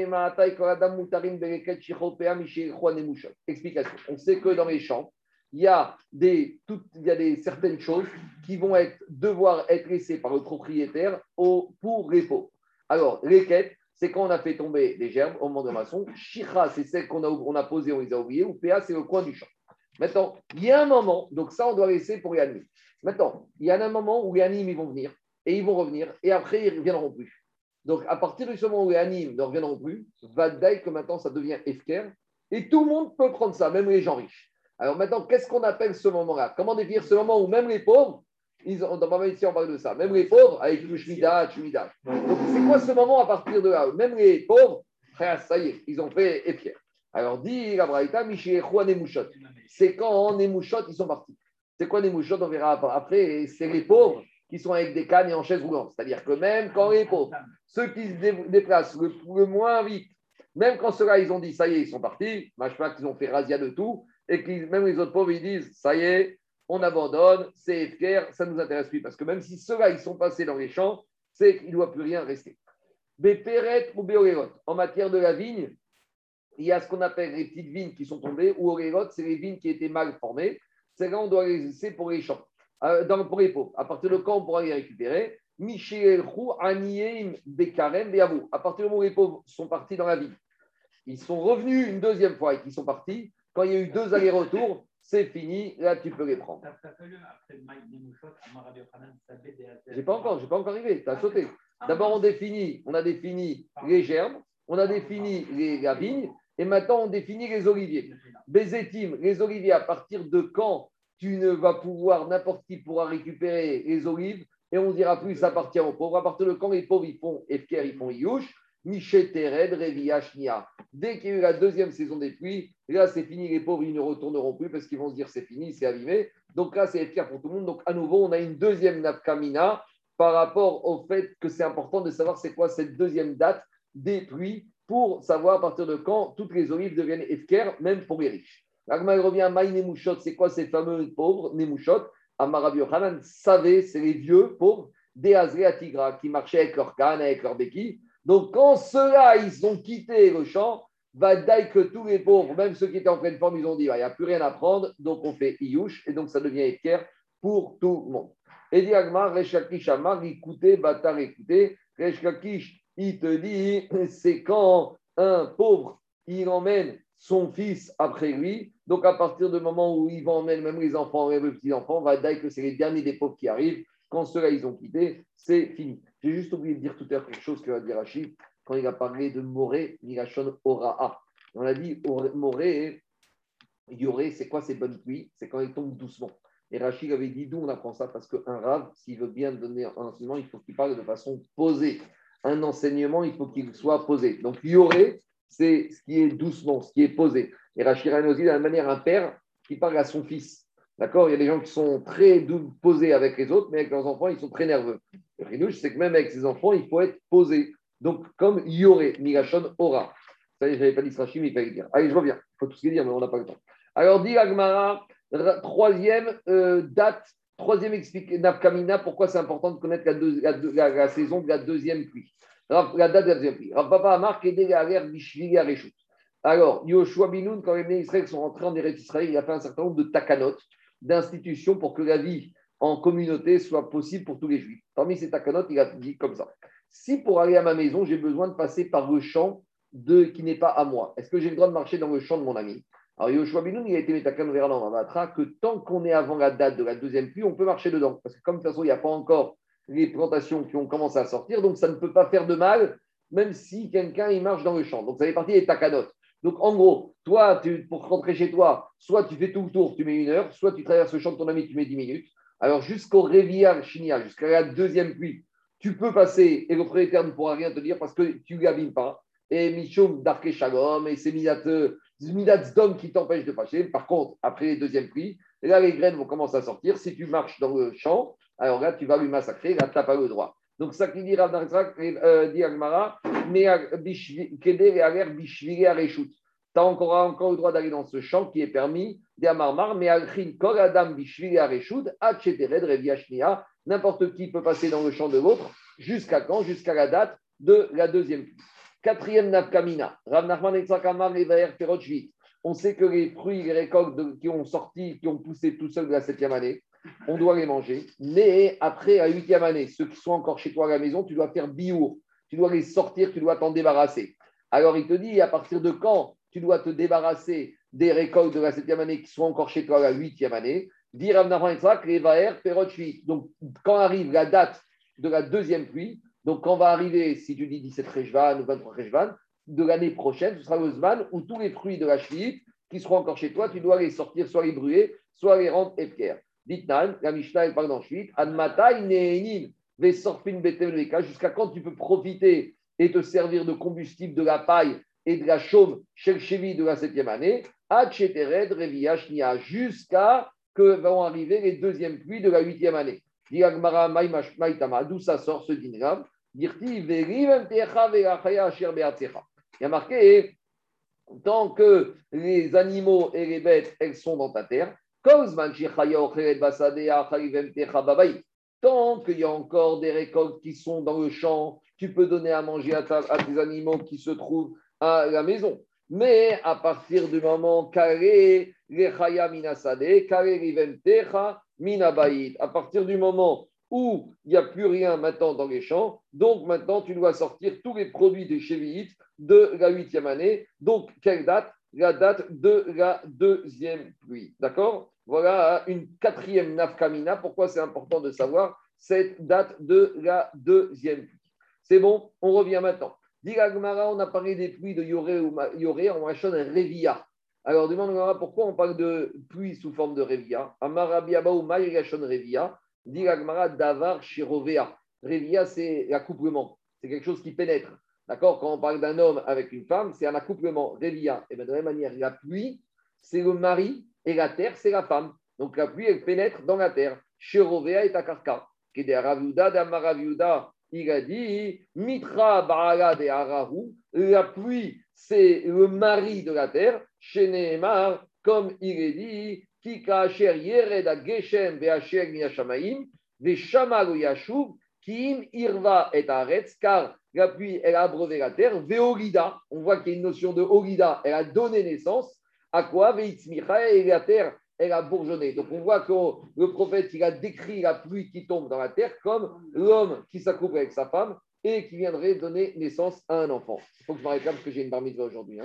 explication. On sait que dans les champs, il y a certaines choses qui vont devoir être laissées par le propriétaire pour les pauvres. Alors, les quêtes, c'est quand on a fait tomber des gerbes au moment de maçon. Shira, c'est celles qu'on a posées, on les a oubliées. Ou PA, c'est le coin du champ. Maintenant, il y a un moment, donc ça, on doit laisser pour les animes. Maintenant, il y a un moment où les animes, ils vont venir et ils vont revenir et après, ils ne reviendront plus. Donc, à partir du moment où les animes ne reviendront plus, va dire que maintenant, ça devient efker et tout le monde peut prendre ça, même les gens riches. Alors maintenant, qu'est-ce qu'on appelle ce moment-là? Comment définir ce moment où même les pauvres, ici on parle de ça, même les pauvres, avec le Shmida. Donc, c'est quoi ce moment à partir de là? Même les pauvres, ça y est, ils ont fait efker. Alors, dit la Braïta, Mishiechou Nemushot. C'est quand Nemushot, ils sont partis. C'est quoi Nemushot? On verra après. C'est les pauvres qui sont avec des cannes et en chaise roulante. C'est-à-dire que même quand les pauvres, ceux qui se déplacent le moins vite, même quand ceux-là, ils ont dit, ça y est, ils sont partis, je crois qu'ils ont fait razzia de tout, et que même les autres pauvres, ils disent, ça y est, on abandonne, c'est efker, ça ne nous intéresse plus. Parce que même si ceux-là, ils sont passés dans les champs, c'est qu'il ne doit plus rien rester. Béperet ou Béoléot, en matière de la vigne, il y a ce qu'on appelle les petites vignes qui sont tombées, ou Oléot, c'est les vignes qui étaient mal formées. C'est là on doit les laisser pour les champs. Pour les pauvres. À partir de quand on pourra les récupérer? Michel-Rou, Aniem, Bekarem, Beavou. À partir du moment où les pauvres sont partis dans la ville, ils sont revenus une deuxième fois et qu'ils sont partis. Quand il y a eu 2 allers-retours, c'est fini. Là, tu peux les prendre. J'ai pas encore arrivé. Tu as sauté. D'abord, on a défini les gerbes, on a défini la vigne, et maintenant, on définit les oliviers. Bézétim, les oliviers, à partir de quand tu ne vas pouvoir, n'importe qui pourra récupérer les olives et on ne dira plus ça appartient aux pauvres. À partir de quand les pauvres ils font Efker, ils font Iouch, Michetered, Reviashnia. Dès qu'il y a eu la deuxième saison des pluies, là c'est fini, les pauvres ils ne retourneront plus parce qu'ils vont se dire c'est fini, c'est abîmé. Donc là c'est Efker pour tout le monde. Donc à nouveau on a une deuxième nafkamina par rapport au fait que c'est important de savoir c'est quoi cette deuxième date des pluies pour savoir à partir de quand toutes les olives deviennent Efker, même pour les riches. L'Agma revient, Maï Nemushot, c'est quoi ces fameux pauvres Nemushot? Amarabi Yochanan savait, c'est les vieux pauvres des Azré à Tigra qui marchaient avec leur canne, avec leur béquille. Donc quand ceux-là, ils ont quitté le champ, va dire que tous les pauvres, même ceux qui étaient en pleine forme, ils ont dit, il n'y a plus rien à prendre, donc on fait Iyush, et donc ça devient Efker pour tout le monde. Et dit Agma, Reshakish Amar, écoutez, Batar, écoutez, Reshakish, il te dit, c'est quand un pauvre, il emmène son fils après lui. Donc, à partir du moment où ils vont emmener même les enfants et les petits-enfants, on va dire que c'est les derniers des pauvres qui arrivent. Quand ceux-là, ils ont quitté, c'est fini. J'ai juste oublié de dire tout à l'heure quelque chose que va dire Rachid quand il a parlé de Moré, Mirachon, Ora'a. On a dit Moré, Yoré, c'est quoi ces bonnes pluies? C'est quand ils tombent doucement. Et Rachid avait dit d'où on apprend ça? Parce qu'un rave, s'il veut bien donner un enseignement, il faut qu'il parle de façon posée. un enseignement, il faut qu'il soit posé. Donc, yoré, c'est ce qui est doucement, ce qui est posé. Et Rachid aussi, de la même manière, un père qui parle à son fils. D'accord? Il y a des gens qui sont très posés avec les autres, mais avec leurs enfants, ils sont très nerveux. Le ridouche, c'est que même avec ses enfants, il faut être posé. Donc, comme yoré, migashon ora. Ça y est, je n'avais pas dit Srachim, mais il fallait le dire. Allez, je reviens. Il faut tout ce qu'il dire, mais on n'a pas le temps. Alors, dit Agmara, troisième date, troisième explication, Nafkamina, pourquoi c'est important de connaître la saison de la deuxième pluie. La date de la deuxième pluie. Rav Papa Amar, Kedé Galer, Bishvili, Areshut. Alors, Yoshua Binoun, quand les Bnei Israël sont rentrés en Eretz Israël, il a fait un certain nombre de takanot, d'institutions pour que la vie en communauté soit possible pour tous les Juifs. Parmi ces takanot, il a dit comme ça. Si pour aller à ma maison, j'ai besoin de passer par le champ qui n'est pas à moi, est-ce que j'ai le droit de marcher dans le champ de mon ami? Alors, Yoshua Binoun, il a été métakan vers l'Amavatra que tant qu'on est avant la date de la deuxième pluie, on peut marcher dedans. Parce que comme de toute façon, il n'y a pas encore les plantations qui ont commencé à sortir, donc ça ne peut pas faire de mal, même si quelqu'un il marche dans le champ. Donc, ça fait partie des takanot. Donc, en gros, toi, pour rentrer chez toi, soit tu fais tout le tour, tu mets 1 heure, soit tu traverses le champ de ton ami, tu mets 10 minutes. Alors, jusqu'au Révia Chinia, jusqu'à la deuxième pluie, tu peux passer et le propriétaire ne pourra rien te dire parce que tu ne l'abîmes pas. Et Michum Darke Shalom, et c'est Midat Zdom qui t'empêche de passer. Par contre, après les deuxièmes pluies, là, les graines vont commencer à sortir. Si tu marches dans le champ, alors là, tu vas lui massacrer, là, tu n'as pas le droit. Donc, ça qui dit Rav Narzak, dit Agmara, mais Keder et Aler Bishvili Areshut. Tu as encore le droit d'aller dans ce champ qui est permis, des Amarmar, mais Alchin Kol Adam Bishvili Areshut, Hachetered Reviashnia, n'importe qui peut passer dans le champ de l'autre, jusqu'à quand? Jusqu'à la date de la deuxième pluie. Quatrième Nafkamina, Rav Nachman et Tzakhamar Levaer Perochvit. On sait que les fruits, les récoltes qui ont sorti, qui ont poussé tout seuls de la 7e année, on doit les manger. Mais après la 8e année, ceux qui sont encore chez toi à la maison, tu dois faire biour. Tu dois les sortir, tu dois t'en débarrasser. Alors il te dit à partir de quand tu dois te débarrasser des récoltes de la 7e année qui sont encore chez toi à la 8e année. Dit Rav Nachman et Tzak, Levaer Perochvit. Donc quand arrive la date de la deuxième pluie, donc, quand va arriver, si tu dis 17 Rejvan ou 23 Rejvan, de l'année prochaine, ce sera le Zman où tous les fruits de la Shvi'it qui seront encore chez toi, tu dois les sortir, soit les brûler, soit les rendre épierres. Dites-nous, la Mishnah, elle parle dans Shvi'it, Admatai Ne'enin, Vesorfin Betem Leka, jusqu'à quand tu peux profiter et te servir de combustible de la paille et de la chaume chez le Shvi'it de la 7e année, Hachetered Reviash Nia, jusqu'à que vont arriver les deuxièmes pluies de la 8e année. D'où ça sort ce dîner-là? Il y a marqué, tant que les animaux et les bêtes, elles sont dans ta terre, tant qu'il y a encore des récoltes qui sont dans le champ, tu peux donner à manger à tes animaux qui se trouvent à la maison. Mais à partir du moment à partir du moment où il n'y a plus rien maintenant dans les champs, donc maintenant tu dois sortir tous les produits des Shvi'it de la 8e année. Donc, quelle date? La date de la deuxième pluie. D'accord? Voilà une 4e nafkamina. Pourquoi c'est important de savoir cette date de la deuxième pluie? C'est bon? On revient maintenant. Diragmara, on a parlé des pluies de Yoré ou Yoré en Machon Revia. Alors, demande-moi pourquoi on parle de pluie sous forme de Revia. Amarabiaba ou Mayagashon Revia. Diragmara Davar Shirovea. Revia, c'est l'accouplement. C'est quelque chose qui pénètre. D'accord? Quand on parle d'un homme avec une femme, c'est un accouplement. Revia. Et bien, de la même manière, la pluie, c'est le mari et la terre, c'est la femme. Donc, la pluie, elle pénètre dans la terre. Shirovea est Akarka. Kede Raviuda, Damaraviuda. Il a dit Mitra Baala de Arahu, la pluie, c'est le mari de la terre, chez Nehemar, comme il est dit, Kika Asher Yereda Geshem Ve'asher Miyashamaim, Ve'shamalu Yashuv, Kim Irva et Aretz, car la pluie, elle a abreuvé la terre, Ve'olida, on voit qu'il y a une notion de Olida, elle a donné naissance, à quoi Ve'itzmicha, et la terre, elle a bourgeonné. Donc on voit que le prophète, il a décrit la pluie qui tombe dans la terre comme l'homme qui s'accouple avec sa femme et qui viendrait donner naissance à un enfant. Il faut que je m'arrête là parce que j'ai une bar mitzvah aujourd'hui.